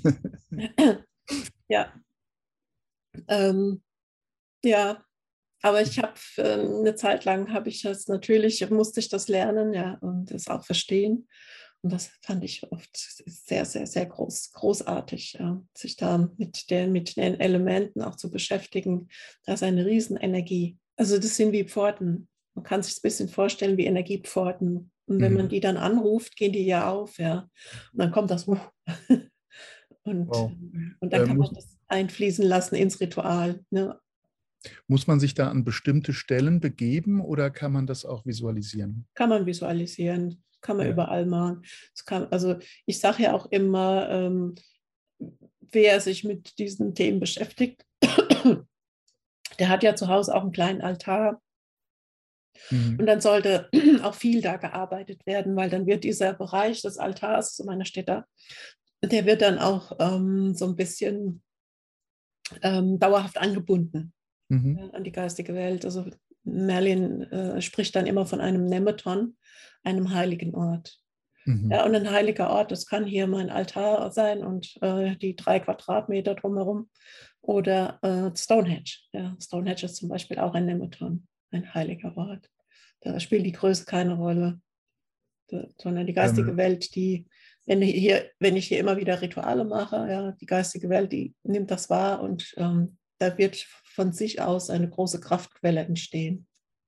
Ja, ähm, ja, aber ich habe eine Zeit lang habe ich das natürlich, musste ich das lernen, ja, und das auch verstehen. Und das fand ich oft sehr, sehr, sehr großartig, ja, sich da mit den Elementen auch zu beschäftigen. Da ist eine Riesenenergie. Also das sind wie Pforten. Man kann sich ein bisschen vorstellen wie Energiepforten. Und wenn man Mhm. die dann anruft, gehen die ja auf, ja. Und dann kommt das und, Wow. und dann kann man Muss, das einfließen lassen ins Ritual. Ne? muss man sich da an bestimmte Stellen begeben oder kann man das auch visualisieren? Kann man visualisieren, kann man Ja. überall machen. Also ich sage ja auch immer, wer sich mit diesen Themen beschäftigt, der hat ja zu Hause auch einen kleinen Altar. Mhm. Und dann sollte auch viel da gearbeitet werden, weil dann wird dieser Bereich des Altars, so meiner steht da, der wird dann auch so ein bisschen dauerhaft angebunden, Mhm. ja, an die geistige Welt. Also Merlin spricht dann immer von einem Nemeton, einem heiligen Ort. Mhm. Ja, und ein heiliger Ort, das kann hier mein Altar sein und die 3 Quadratmeter drumherum oder Stonehenge. Ja, Stonehenge ist zum Beispiel auch ein Nemeton, ein heiliger Ort. Da spielt die Größe keine Rolle, sondern die geistige Ähm, Welt, wenn ich hier immer wieder Rituale mache, ja, die geistige Welt, die nimmt das wahr und da wird von sich aus eine große Kraftquelle entstehen.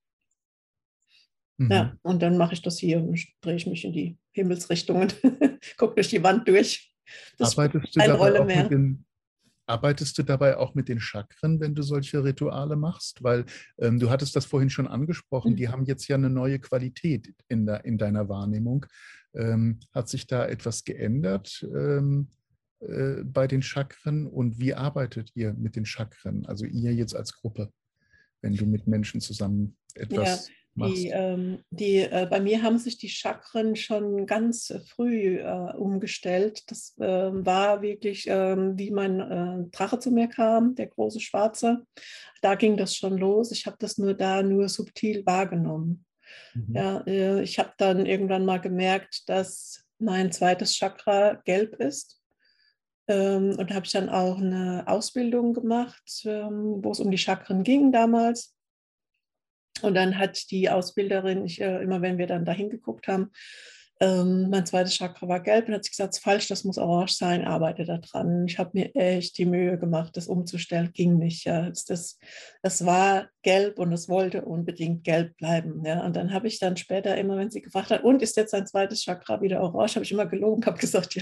Ja, mhm. und dann mache ich das hier und drehe ich mich in die Himmelsrichtung und gucke durch die Wand durch. Das spielt Arbeitest du keine dabei Rolle auch mit mehr. den Arbeitest du dabei auch mit den Chakren, wenn du solche Rituale machst? Weil du hattest das vorhin schon angesprochen, die haben jetzt ja eine neue Qualität in deiner Wahrnehmung. Hat sich da etwas geändert bei den Chakren und wie arbeitet ihr mit den Chakren? Also ihr jetzt als Gruppe, wenn du mit Menschen zusammen Ja, etwas machst? bei mir haben sich die Chakren schon ganz früh umgestellt. Das war wirklich, wie mein Drache zu mir kam, der große Schwarze. Da ging das schon los. Ich habe das nur subtil wahrgenommen. Mhm. Ja, ich habe dann irgendwann mal gemerkt, dass mein zweites Chakra gelb ist. Und da habe ich dann auch eine Ausbildung gemacht, wo es um die Chakren ging damals. Und dann hat die Ausbilderin, immer wenn wir dann dahin geguckt haben, mein zweites Chakra war gelb und hat sie gesagt, es ist falsch, das muss orange sein, arbeite da dran. Ich habe mir echt die Mühe gemacht, das umzustellen, ging nicht. Ja. Das war gelb und es wollte unbedingt gelb bleiben. Ja. Und dann habe ich dann später immer, wenn sie gefragt hat, und ist jetzt dein zweites Chakra wieder orange, habe ich immer gelogen, habe gesagt, ja.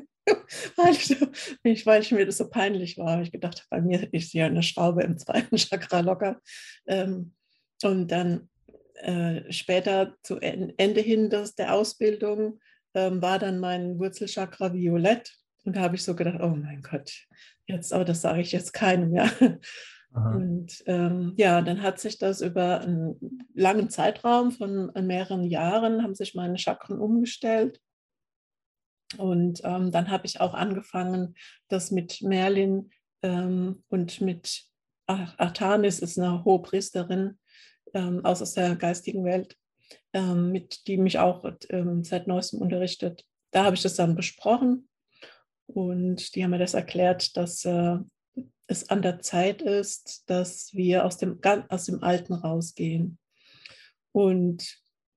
weil ich mir das so peinlich war. Habe ich gedacht, bei mir ist ja eine Schraube im zweiten Chakra locker. Und dann später zu Ende hin der Ausbildung war dann mein Wurzelchakra violett. Und da habe ich so gedacht, oh mein Gott, jetzt, aber das sage ich jetzt keinem, ja. Aha. Und ja, dann hat sich das über einen langen Zeitraum von mehreren Jahren, haben sich meine Chakren umgestellt. Und dann habe ich auch angefangen, das mit Merlin und mit Artanis, ist eine Hohepriesterin aus der geistigen Welt, die mich auch seit neuestem unterrichtet. Da habe ich das dann besprochen und die haben mir das erklärt, dass es an der Zeit ist, dass wir aus dem Alten rausgehen. Und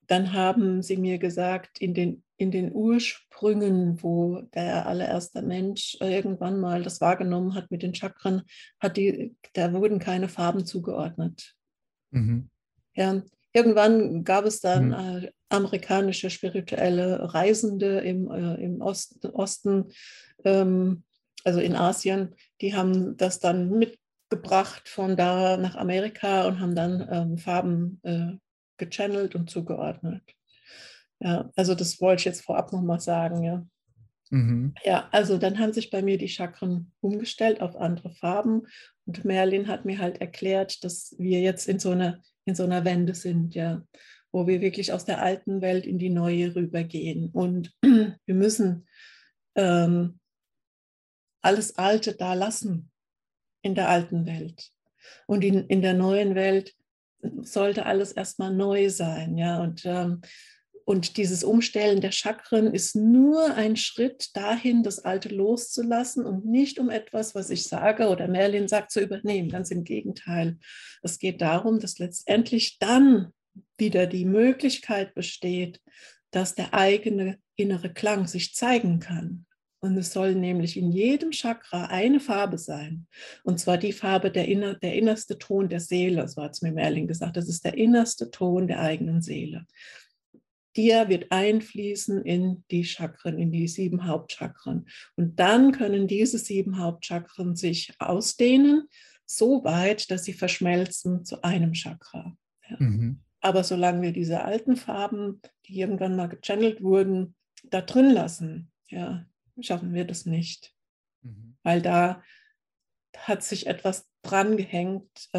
dann haben sie mir gesagt, in den Ursprüngen, wo der allererste Mensch irgendwann mal das wahrgenommen hat mit den Chakren, da wurden keine Farben zugeordnet. Mhm. Ja, irgendwann gab es dann Mhm. amerikanische spirituelle Reisende im Osten, also in Asien, die haben das dann mitgebracht von da nach Amerika und haben dann Farben gechannelt und zugeordnet. Ja, also das wollte ich jetzt vorab nochmal sagen, ja. Mhm. Ja, also dann haben sich bei mir die Chakren umgestellt auf andere Farben und Merlin hat mir halt erklärt, dass wir jetzt in so einer Wende sind, ja, wo wir wirklich aus der alten Welt in die neue rübergehen und wir müssen ähm, alles Alte da lassen in der alten Welt und in der neuen Welt sollte alles erstmal neu sein, ja, und dieses Umstellen der Chakren ist nur ein Schritt dahin, das Alte loszulassen und nicht um etwas, was ich sage oder Merlin sagt, zu übernehmen. Ganz im Gegenteil. Es geht darum, dass letztendlich dann wieder die Möglichkeit besteht, dass der eigene innere Klang sich zeigen kann. Und es soll nämlich in jedem Chakra eine Farbe sein. Und zwar die Farbe, der innerste Ton der Seele. So hat es mir Merlin gesagt. Das ist der innerste Ton der eigenen Seele. Der wird einfließen in die Chakren, in die 7 Hauptchakren. Und dann können diese 7 Hauptchakren sich ausdehnen, so weit, dass sie verschmelzen zu einem Chakra. Ja. Mhm. Aber solange wir diese alten Farben, die irgendwann mal gechannelt wurden, da drin lassen, ja, schaffen wir das nicht. Mhm. Weil da hat sich etwas dran gehängt,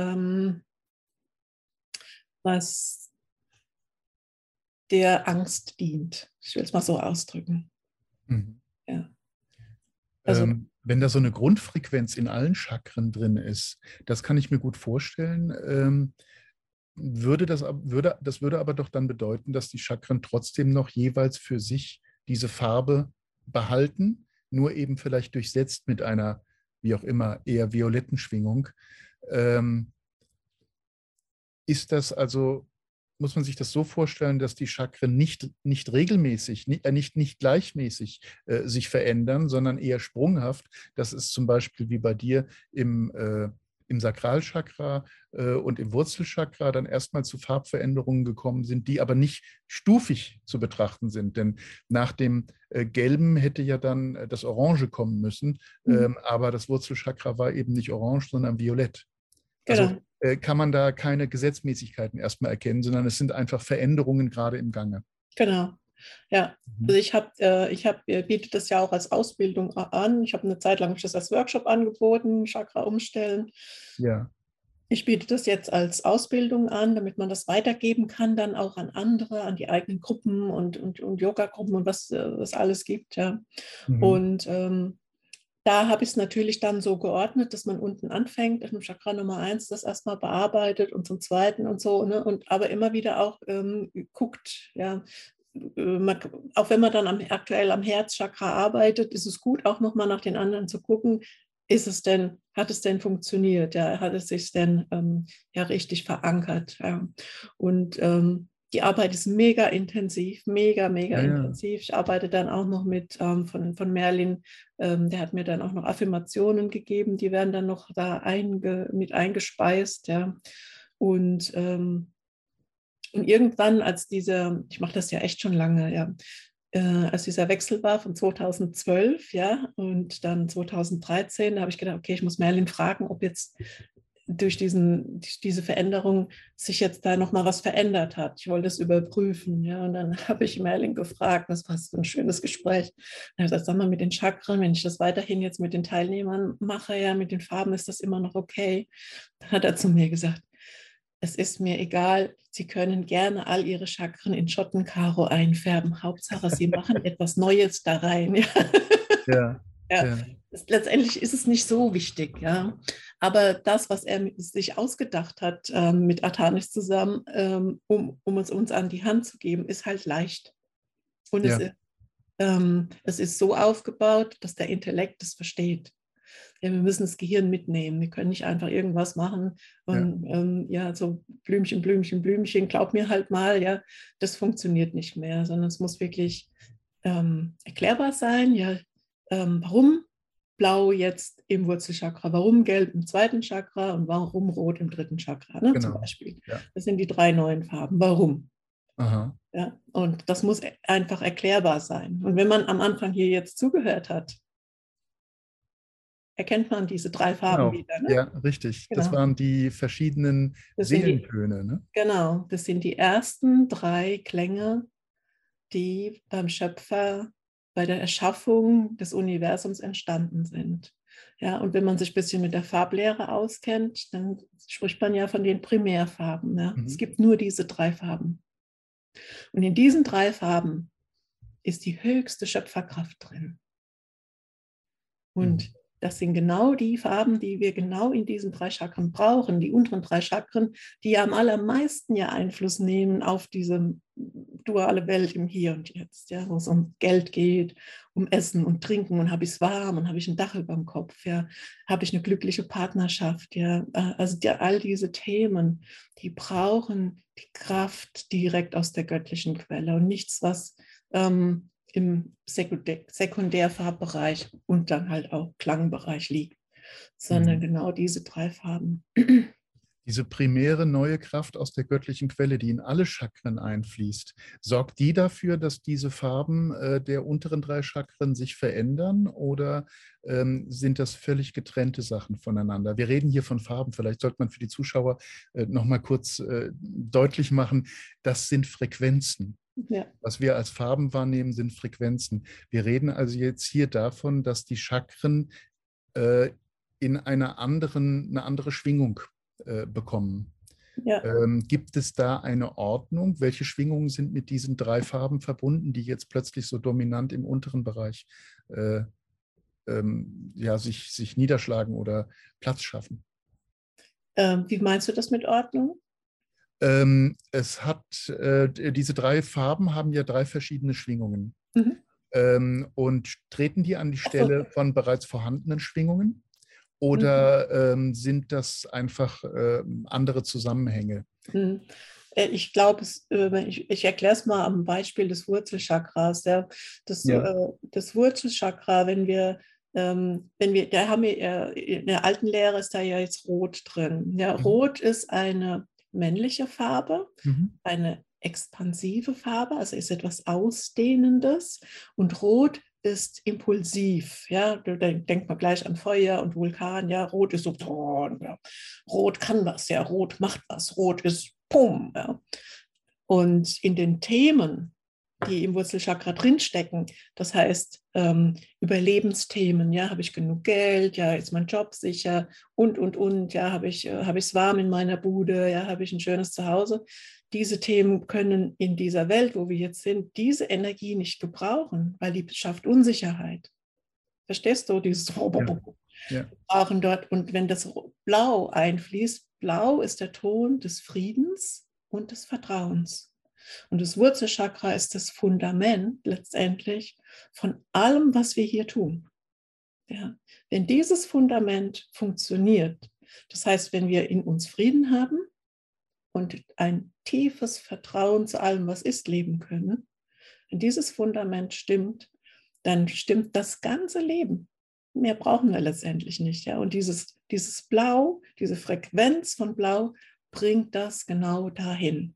was der Angst dient. Ich will es mal so ausdrücken. Mhm. Ja. Also, Wenn da so eine Grundfrequenz in allen Chakren drin ist, das kann ich mir gut vorstellen, das würde aber doch dann bedeuten, dass die Chakren trotzdem noch jeweils für sich diese Farbe behalten, nur eben vielleicht durchsetzt mit einer, wie auch immer, eher violetten Schwingung. Ähm, Ist das also, muss man sich das so vorstellen, dass die Chakren nicht regelmäßig, nicht gleichmäßig sich verändern, sondern eher sprunghaft? Das ist zum Beispiel wie bei dir im Sakralchakra und im Wurzelchakra dann erstmal zu Farbveränderungen gekommen sind, die aber nicht stufig zu betrachten sind. Denn nach dem Gelben hätte ja dann das Orange kommen müssen, aber das Wurzelchakra war eben nicht orange, sondern violett. Also genau. kann man da keine Gesetzmäßigkeiten erstmal erkennen, sondern es sind einfach Veränderungen gerade im Gange. Genau, ja. Mhm. Also biete das ja auch als Ausbildung an. Ich habe eine Zeit lang das als Workshop angeboten, Chakra umstellen. Ja. Ich biete das jetzt als Ausbildung an, damit man das weitergeben kann, dann auch an andere, an die eigenen Gruppen und Yoga-Gruppen und was alles gibt. Ja. Mhm. Und da habe ich es natürlich dann so geordnet, dass man unten anfängt, im Chakra Nummer 1 das erstmal bearbeitet und zum zweiten und so, ne? Und aber immer wieder auch guckt, ja. Auch wenn man dann aktuell am Herzchakra arbeitet, ist es gut, auch nochmal nach den anderen zu gucken, hat es denn funktioniert, ja, hat es sich denn ja richtig verankert. Ja. Und die Arbeit ist mega intensiv, mega Ja, ja. intensiv. Ich arbeite dann auch noch mit von Merlin, der hat mir dann auch noch Affirmationen gegeben, die werden dann noch da mit eingespeist, ja. Und, und irgendwann, ich mache das ja echt schon lange, ja, als dieser Wechsel war von 2012, ja, und dann 2013, da habe ich gedacht, okay, ich muss Merlin fragen, ob jetzt durch diese Veränderung sich jetzt da nochmal was verändert hat. Ich wollte es überprüfen, ja, und dann habe ich Merlin gefragt, das war so ein schönes Gespräch. Er hat gesagt, sag mal, mit den Chakren, wenn ich das weiterhin jetzt mit den Teilnehmern mache, ja, mit den Farben, ist das immer noch okay? Dann hat er zu mir gesagt, es ist mir egal, Sie können gerne all Ihre Chakren in Schottenkaro einfärben. Hauptsache, Sie machen etwas Neues da rein. Ja. Ja, Ja. ja, Letztendlich ist es nicht so wichtig, ja. Aber das, was er sich ausgedacht hat mit Artanis zusammen, um es uns an die Hand zu geben, ist halt leicht. Und ja. es ist so aufgebaut, dass der Intellekt es versteht. Ja, wir müssen das Gehirn mitnehmen. Wir können nicht einfach irgendwas machen und ja, so Blümchen, Blümchen, Blümchen, glaub mir halt mal, ja, das funktioniert nicht mehr, sondern es muss wirklich erklärbar sein, ja, warum blau jetzt im Wurzelchakra, warum gelb im zweiten Chakra und warum rot im dritten Chakra, ne, zum Genau. Beispiel. Ja. Das sind die 3 neuen Farben. Warum? Aha. Ja, und das muss einfach erklärbar sein. Und wenn man am Anfang hier jetzt zugehört hat, erkennt man diese 3 Farben Genau. wieder. Ne? Ja, richtig. Das Genau. waren die verschiedenen Das sind Seelentöne. Ne? genau, das sind die ersten 3 Klänge, die beim Schöpfer bei der Erschaffung des Universums entstanden sind. Ja, und wenn man sich ein bisschen mit der Farblehre auskennt, dann spricht man ja von den Primärfarben. Ja? Es gibt nur diese 3 Farben. Und in diesen 3 Farben ist die höchste Schöpferkraft drin. Und das sind genau die Farben, die wir genau in diesen 3 Chakren brauchen. Die unteren 3 Chakren, die ja am allermeisten ja Einfluss nehmen auf diese duale Welt im Hier und Jetzt, ja, wo es um Geld geht, um Essen und Trinken und habe ich es warm und habe ich ein Dach über dem Kopf, ja, habe ich eine glückliche Partnerschaft, ja, also all diese Themen, die brauchen die Kraft direkt aus der göttlichen Quelle und nichts, was im Sekundärfarbbereich und dann halt auch Klangbereich liegt, sondern genau diese 3 Farben. Diese primäre neue Kraft aus der göttlichen Quelle, die in alle Chakren einfließt, sorgt die dafür, dass diese Farben der unteren 3 Chakren sich verändern oder sind das völlig getrennte Sachen voneinander? Wir reden hier von Farben, vielleicht sollte man für die Zuschauer noch mal kurz deutlich machen, das sind Frequenzen. Ja. Was wir als Farben wahrnehmen, sind Frequenzen. Wir reden also jetzt hier davon, dass die Chakren in eine andere Schwingung bekommen. Ja. Gibt es da eine Ordnung? Welche Schwingungen sind mit diesen 3 Farben verbunden, die jetzt plötzlich so dominant im unteren Bereich ja, sich niederschlagen oder Platz schaffen? Wie meinst du das mit Ordnung? Es hat, diese 3 Farben haben ja 3 verschiedene Schwingungen. Und treten die an die Stelle von bereits vorhandenen Schwingungen? Oder sind das einfach andere Zusammenhänge? Ich glaube, ich erkläre es mal am Beispiel des Wurzelchakras. Ja. Das Wurzelchakra, da haben wir in der alten Lehre ist da ja jetzt Rot drin. Ja, Rot ist eine männliche Farbe, eine expansive Farbe, also ist etwas Ausdehnendes. Und Rot ist impulsiv, ja, da denkt man gleich an Feuer und Vulkan, ja, Rot ist so, ja. Rot kann was, ja, Rot macht was, Rot ist pum, ja. Und in den Themen, die im Wurzelchakra drinstecken, das heißt Überlebensthemen, ja, habe ich genug Geld, ja, ist mein Job sicher und, ja, habe ich es warm in meiner Bude, ja, habe ich ein schönes Zuhause. Diese Themen können in dieser Welt, wo wir jetzt sind, diese Energie nicht gebrauchen, weil die schafft Unsicherheit. Verstehst du? Dieses Ja. brauchen dort. Und wenn das Blau einfließt, Blau ist der Ton des Friedens und des Vertrauens. Und das Wurzelchakra ist das Fundament letztendlich von allem, was wir hier tun. Ja. Wenn dieses Fundament funktioniert, das heißt, wenn wir in uns Frieden haben, und ein tiefes Vertrauen zu allem, was ist, leben können, wenn dieses Fundament stimmt, dann stimmt das ganze Leben. Mehr brauchen wir letztendlich nicht. Ja? Und dieses Blau, diese Frequenz von Blau, bringt das genau dahin.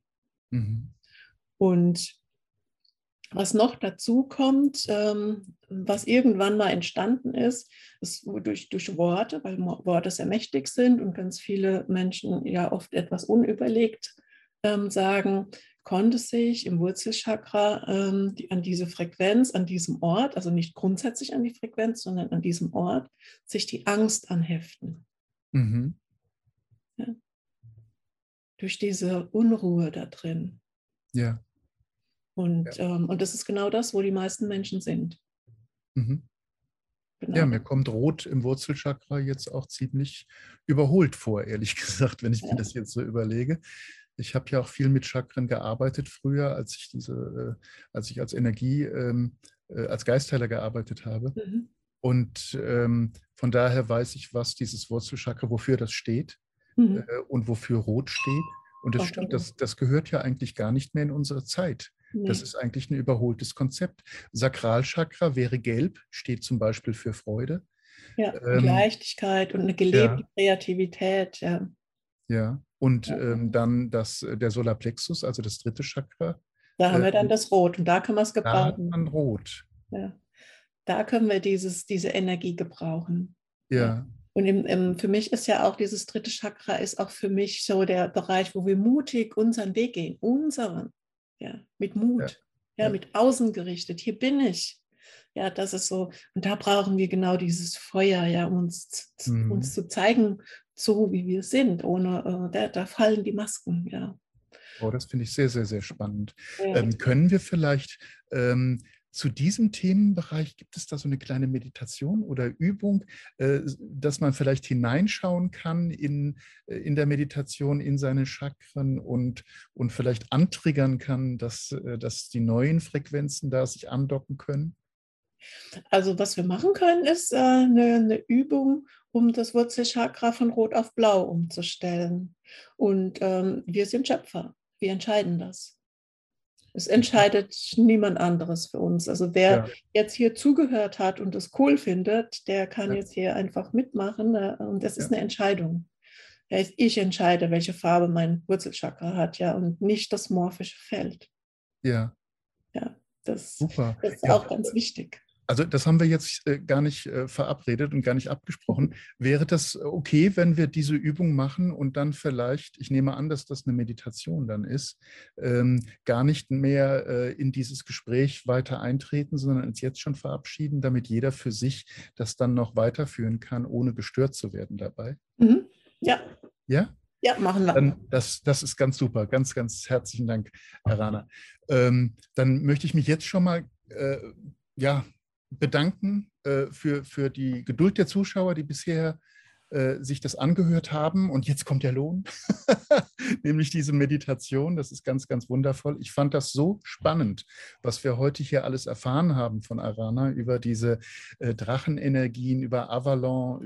Und was noch dazu kommt, was irgendwann mal entstanden ist durch Worte, weil Worte sehr mächtig sind und ganz viele Menschen ja oft etwas unüberlegt sagen, konnte sich im Wurzelchakra an diese Frequenz, an diesem Ort, also nicht grundsätzlich an die Frequenz, sondern an diesem Ort, sich die Angst anheften. Ja? Durch diese Unruhe da drin. Ja. Und das ist genau das, wo die meisten Menschen sind. Genau. Ja, mir kommt Rot im Wurzelchakra jetzt auch ziemlich überholt vor, ehrlich gesagt, wenn ich mir das jetzt so überlege. Ich habe ja auch viel mit Chakren gearbeitet früher, als ich als Energie, als Geistheiler gearbeitet habe. Und von daher weiß ich, was dieses Wurzelchakra, wofür das steht und wofür Rot steht. Und das Okay. stimmt, das gehört ja eigentlich gar nicht mehr in unsere Zeit. Das Nee. ist eigentlich ein überholtes Konzept. Sakralchakra wäre gelb, steht zum Beispiel für Freude. Ja, und Leichtigkeit und eine gelebte Ja, Kreativität. Ja. ja. Und Ja. dann der Solarplexus, also das dritte Chakra, Da haben wir dann ähm, das Rot und da können wir es da hat gebrauchen. man Rot. Ja. Da können wir diese Energie gebrauchen. Ja. Ja, Und für mich ist ja auch dieses dritte Chakra ist auch für mich so der Bereich, wo wir mutig unseren Weg gehen, ja, mit ja, Mut, ja, ja. mit außen gerichtet. Hier bin ich. Ja, das ist so. Und da brauchen wir genau dieses Feuer, ja, um uns Mhm. zu zeigen, so wie wir sind. Ohne, da fallen die Masken, ja. Oh, das finde ich sehr, sehr, sehr spannend. Ja. Können wir vielleicht zu diesem Themenbereich, gibt es da so eine kleine Meditation oder Übung, dass man vielleicht hineinschauen kann in der Meditation, in seine Chakren und vielleicht antriggern kann, dass die neuen Frequenzen da sich andocken können? Also was wir machen können, ist eine Übung, um das Wurzelchakra von Rot auf Blau umzustellen. Und wir sind Schöpfer. Wir entscheiden das. Es Mhm. entscheidet niemand anderes für uns. Also wer Ja, jetzt hier zugehört hat und es cool findet, der kann ja, jetzt hier einfach mitmachen. Und das ist ja, eine Entscheidung. Ja, ich entscheide, welche Farbe mein Wurzelchakra hat, ja, und nicht das morphische Feld. ja, Ja, super. das ist Ja, auch ganz wichtig. also das haben wir jetzt gar nicht verabredet und gar nicht abgesprochen. Wäre das okay, wenn wir diese Übung machen und dann vielleicht, ich nehme an, dass das eine Meditation dann ist, gar nicht mehr in dieses Gespräch weiter eintreten, sondern uns jetzt schon verabschieden, damit jeder für sich das dann noch weiterführen kann, ohne gestört zu werden dabei? Mhm. Ja, Ja? ja, machen wir. Dann, das ist ganz super. Ganz, ganz herzlichen Dank, Herr Rana. Dann möchte ich mich jetzt schon mal ja, bedanken für die Geduld der Zuschauer, die bisher sich das angehört haben. Und jetzt kommt der Lohn, nämlich diese Meditation. Das ist ganz, ganz wundervoll. Ich fand das so spannend, was wir heute hier alles erfahren haben von Arana über diese Drachenenergien, über Avalon,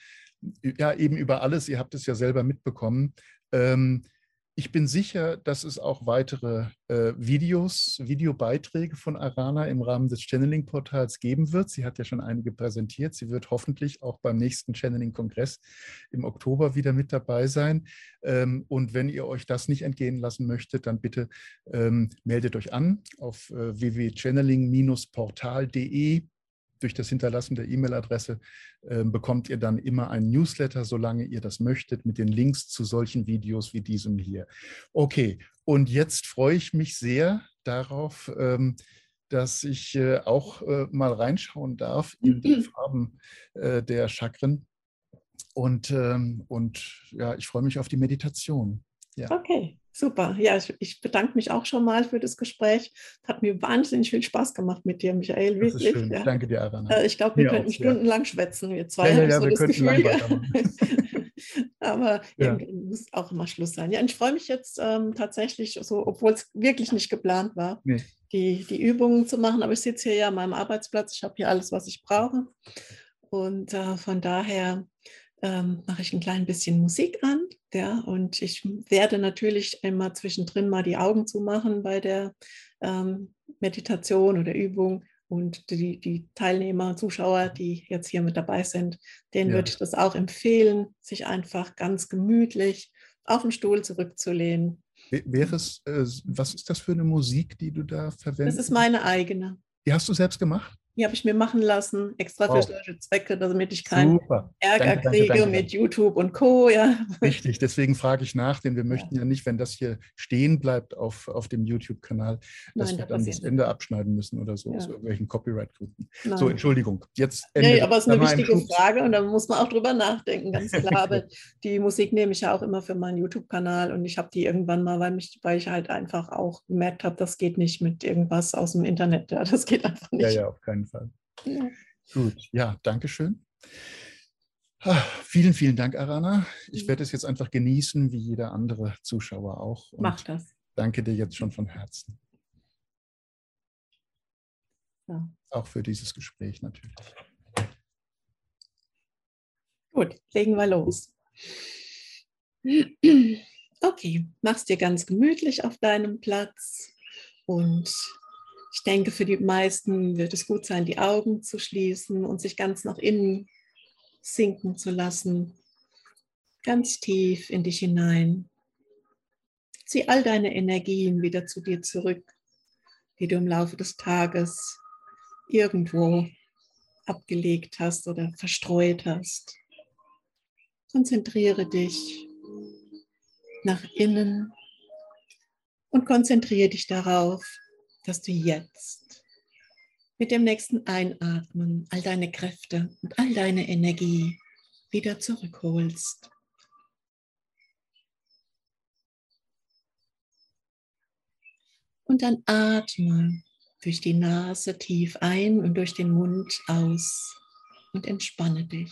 ja, eben über alles. Ihr habt es ja selber mitbekommen. Ähm, Ich bin sicher, dass es auch weitere Videobeiträge von Arana im Rahmen des Channeling-Portals geben wird. Sie hat ja schon einige präsentiert. Sie wird hoffentlich auch beim nächsten Channeling-Kongress im Oktober wieder mit dabei sein. Und wenn ihr euch das nicht entgehen lassen möchtet, dann bitte meldet euch an auf www.channeling-portal.de. Durch das Hinterlassen der E-Mail-Adresse bekommt ihr dann immer ein Newsletter, solange ihr das möchtet, mit den Links zu solchen Videos wie diesem hier. Okay, und jetzt freue ich mich sehr darauf, dass ich auch mal reinschauen darf in die Farben der Chakren. Und ja, ich freue mich auf die Meditation. Ja, Okay, super. Ja, ich bedanke mich auch schon mal für das Gespräch. Es hat mir wahnsinnig viel Spaß gemacht mit dir, Michael, das ist wirklich. schön. Ich Ja. danke dir, Arana. Ich glaube, wir Mir auch könnten sehr. stundenlang schwätzen, wir Ja, zwei, ja, habe ich ja, so wir das könnten Gefühl. lang Ja. weitermachen. Aber Ja. irgendwann muss auch mal Schluss sein. Ja, und ich freue mich jetzt tatsächlich, so, obwohl es wirklich nicht geplant war, Nee. die Übungen zu machen. Aber ich sitze hier ja an meinem Arbeitsplatz. Ich habe hier alles, was ich brauche. Und von daher mache ich ein klein bisschen Musik an. Ja, und ich werde natürlich immer zwischendrin mal die Augen zumachen bei der Meditation oder Übung. Und die Teilnehmer, Zuschauer, die jetzt hier mit dabei sind, denen Ja. würde ich das auch empfehlen, sich einfach ganz gemütlich auf den Stuhl zurückzulehnen. Wäre es, was ist das für eine Musik, die du da Das ist verwenden? meine eigene. Die hast du selbst gemacht? Die habe ich mir machen lassen, extra für Wow, solche Zwecke, damit ich keinen super. Ärger Danke, danke, kriege danke, mit danke. YouTube und Co. Ja. Richtig, deswegen frage ich nach, denn wir Ja. möchten ja nicht, wenn das hier stehen bleibt auf dem YouTube-Kanal, dass Nein, wir da dann das passiert Ende nichts. abschneiden müssen oder so, aus Ja. irgendwelchen Copyright-Gründen. So, Nein. Entschuldigung, jetzt Nee, endet aber es ist da eine mal ein wichtige Schubs. Frage und da muss man auch drüber nachdenken, ganz klar. Aber Okay. die Musik nehme ich ja auch immer für meinen YouTube-Kanal und ich habe die irgendwann mal, weil ich halt einfach auch gemerkt habe, das geht nicht mit irgendwas aus dem Internet. Ja, das geht einfach Ja, nicht. ja, auf keinen Fall. Ja. Gut, ja, danke schön. Vielen, vielen Dank, Arana. Ich werde es jetzt einfach genießen, wie jeder andere Zuschauer auch. Mach Und das. danke dir jetzt schon von Herzen. Ja. Auch für dieses Gespräch natürlich. Gut, legen wir los. Okay, mach's dir ganz gemütlich auf deinem Platz und ich denke, für die meisten wird es gut sein, die Augen zu schließen und sich ganz nach innen sinken zu lassen, ganz tief in dich hinein. Zieh all deine Energien wieder zu dir zurück, die du im Laufe des Tages irgendwo abgelegt hast oder verstreut hast. Konzentriere dich nach innen und konzentriere dich darauf, dass du jetzt mit dem nächsten Einatmen all deine Kräfte und all deine Energie wieder zurückholst. Und dann atme durch die Nase tief ein und durch den Mund aus und entspanne dich.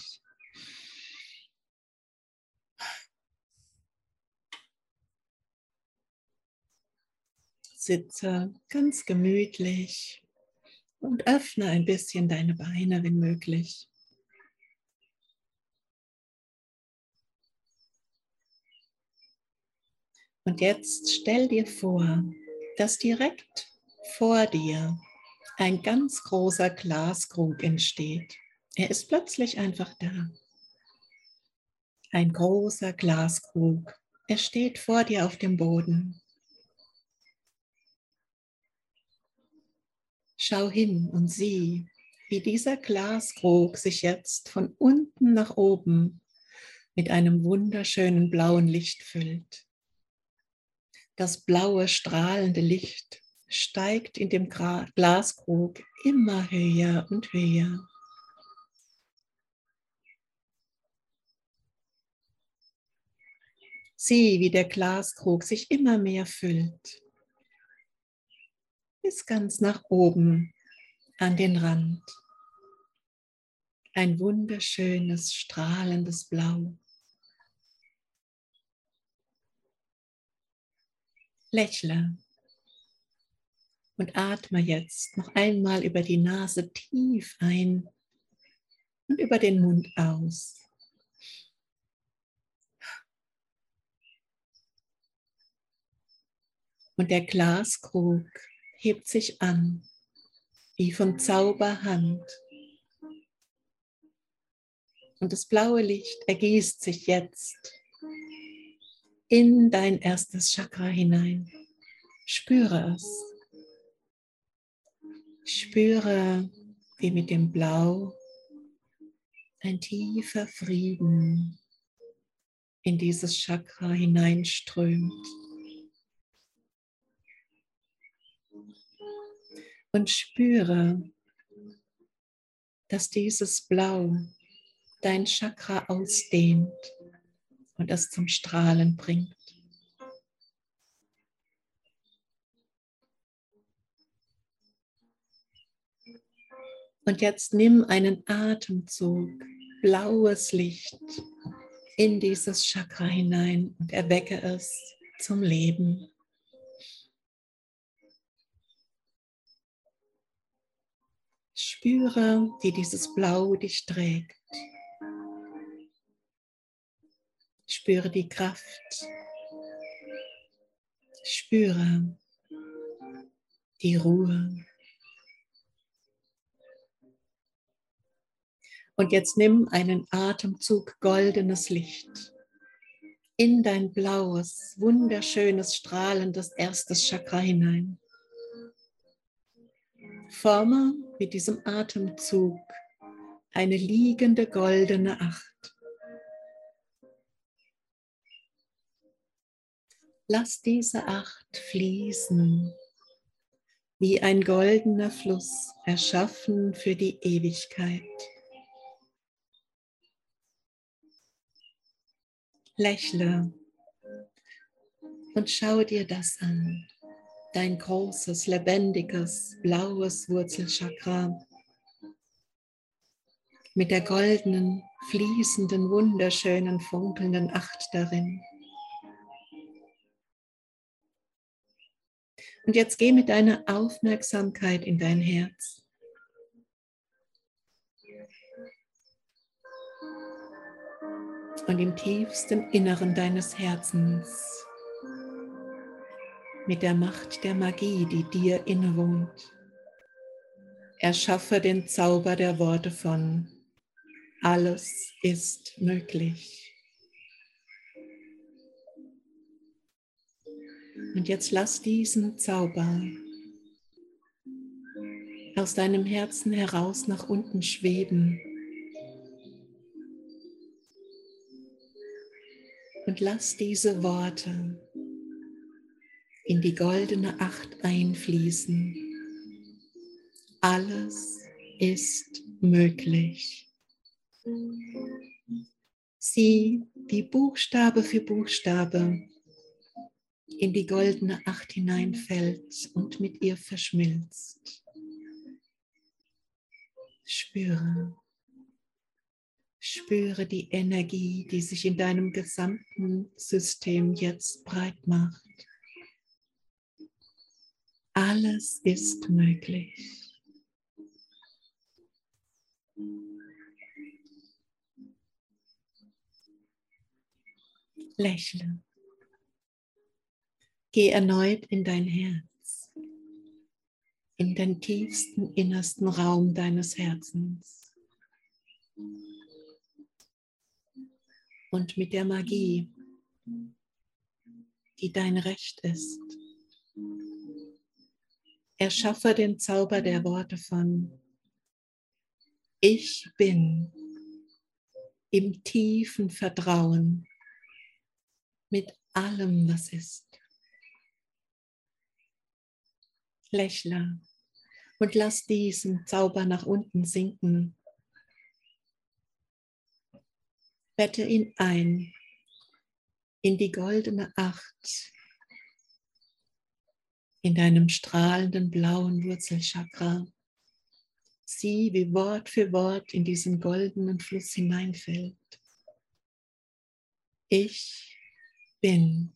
Sitze ganz gemütlich und öffne ein bisschen deine Beine, wenn möglich. Und jetzt stell dir vor, dass direkt vor dir ein ganz großer Glaskrug entsteht. Er ist plötzlich einfach da. Ein großer Glaskrug. Er steht vor dir auf dem Boden. Schau hin und sieh, wie dieser Glaskrug sich jetzt von unten nach oben mit einem wunderschönen blauen Licht füllt. Das blaue, strahlende Licht steigt in dem Glaskrug immer höher und höher. Sieh, wie der Glaskrug sich immer mehr füllt, bis ganz nach oben an den Rand. Ein wunderschönes, strahlendes Blau. Lächle und atme jetzt noch einmal über die Nase tief ein und über den Mund aus. Und der Glaskrug hebt sich an, wie von Zauberhand. Und das blaue Licht ergießt sich jetzt in dein erstes Chakra hinein. Spüre es. Spüre, wie mit dem Blau ein tiefer Frieden in dieses Chakra hineinströmt. Und spüre, dass dieses Blau dein Chakra ausdehnt und es zum Strahlen bringt. Und jetzt nimm einen Atemzug, blaues Licht in dieses Chakra hinein und erwecke es zum Leben. Spüre, wie dieses Blau dich trägt. Spüre die Kraft. Spüre die Ruhe. Und jetzt nimm einen Atemzug goldenes Licht in dein blaues, wunderschönes, strahlendes erstes Chakra hinein. Forme mit diesem Atemzug eine liegende goldene Acht. Lass diese Acht fließen, wie ein goldener Fluss, erschaffen für die Ewigkeit. Lächle und schau dir das an, dein großes, lebendiges, blaues Wurzelchakra mit der goldenen, fließenden, wunderschönen, funkelnden Acht darin. Und jetzt geh mit deiner Aufmerksamkeit in dein Herz. und im tiefsten Inneren deines Herzens mit der Macht der Magie, die dir innewohnt. Erschaffe den Zauber der Worte von alles ist möglich. Und jetzt lass diesen Zauber aus deinem Herzen heraus nach unten schweben. Und lass diese Worte in die goldene Acht einfließen. Alles ist möglich. Sieh, wie Buchstabe für Buchstabe in die goldene Acht hineinfällt und mit ihr verschmilzt. Spüre die Energie, die sich in deinem gesamten System jetzt breit macht. Alles ist möglich. Lächle. Geh erneut in dein Herz, in den tiefsten, innersten Raum deines Herzens. Und mit der Magie, die dein Recht ist, erschaffe den Zauber der Worte von Ich bin im tiefen Vertrauen mit allem, was ist. Lächle und lass diesen Zauber nach unten sinken. Bette ihn ein in die goldene Acht, in deinem strahlenden blauen Wurzelchakra. Sieh, wie Wort für Wort in diesen goldenen Fluss hineinfällt. Ich bin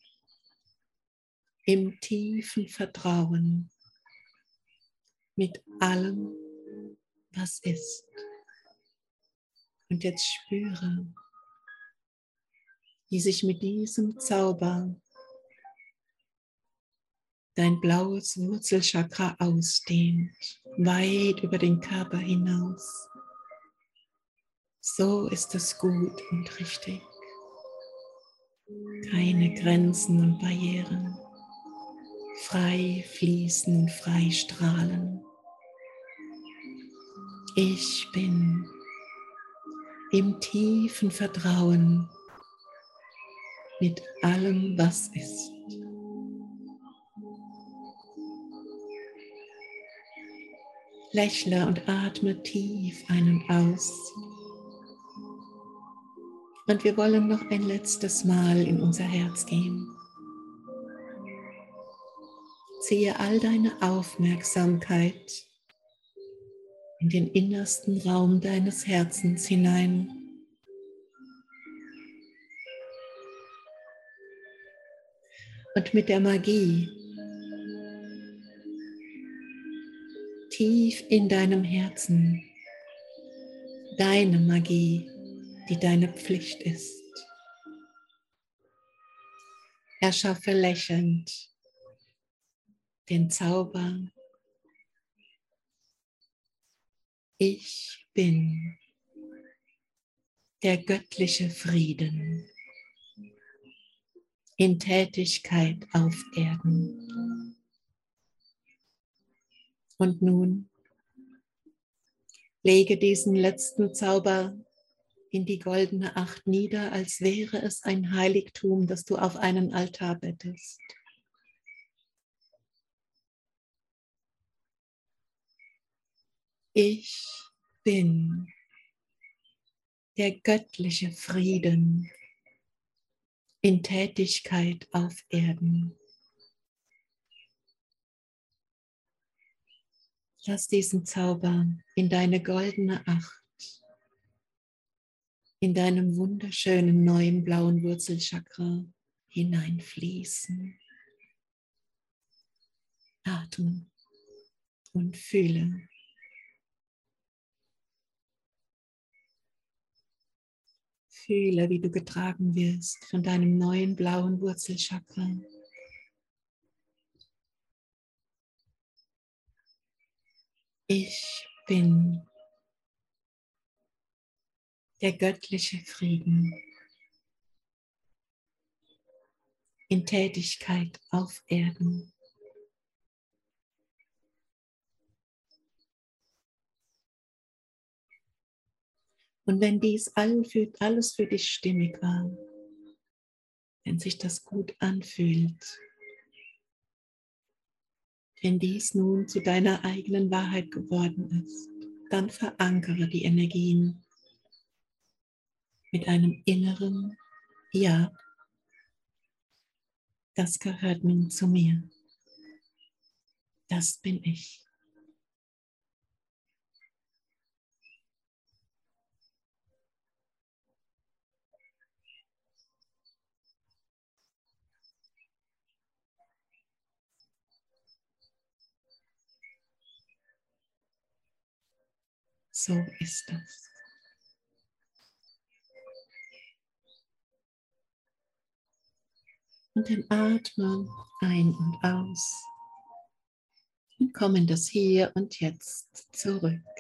im tiefen Vertrauen mit allem, was ist. Und jetzt spüre, wie sich mit diesem Zauber dein blaues Wurzelchakra ausdehnt, weit über den Körper hinaus. So ist es gut und richtig. Keine Grenzen und Barrieren. Frei fließen und frei strahlen. Ich bin im tiefen Vertrauen mit allem, was ist. Lächle und atme tief ein und aus. Und wir wollen noch ein letztes Mal in unser Herz gehen. Ziehe all deine Aufmerksamkeit in den innersten Raum deines Herzens hinein. Und mit der Magie tief in deinem Herzen, deine Magie, die deine Pflicht ist, erschaffe lächelnd den Zauber. Ich bin der göttliche Frieden in Tätigkeit auf Erden. Und nun lege diesen letzten Zauber in die goldene Acht nieder, als wäre es ein Heiligtum, das du auf einen Altar bettest. Ich bin der göttliche Frieden in Tätigkeit auf Erden. Lass diesen Zauber in deine goldene Acht, in deinem wunderschönen neuen blauen Wurzelchakra hineinfließen. Atme und fühle. Fühle, wie du getragen wirst von deinem neuen blauen Wurzelchakra. Ich bin der göttliche Frieden in Tätigkeit auf Erden. Und wenn dies alles für dich stimmig war, wenn sich das gut anfühlt, wenn dies nun zu deiner eigenen Wahrheit geworden ist, dann verankere die Energien mit einem inneren Ja, das gehört nun zu mir. Das bin ich. So ist es. Und dann atme ein und aus und komm in das Hier und Jetzt zurück.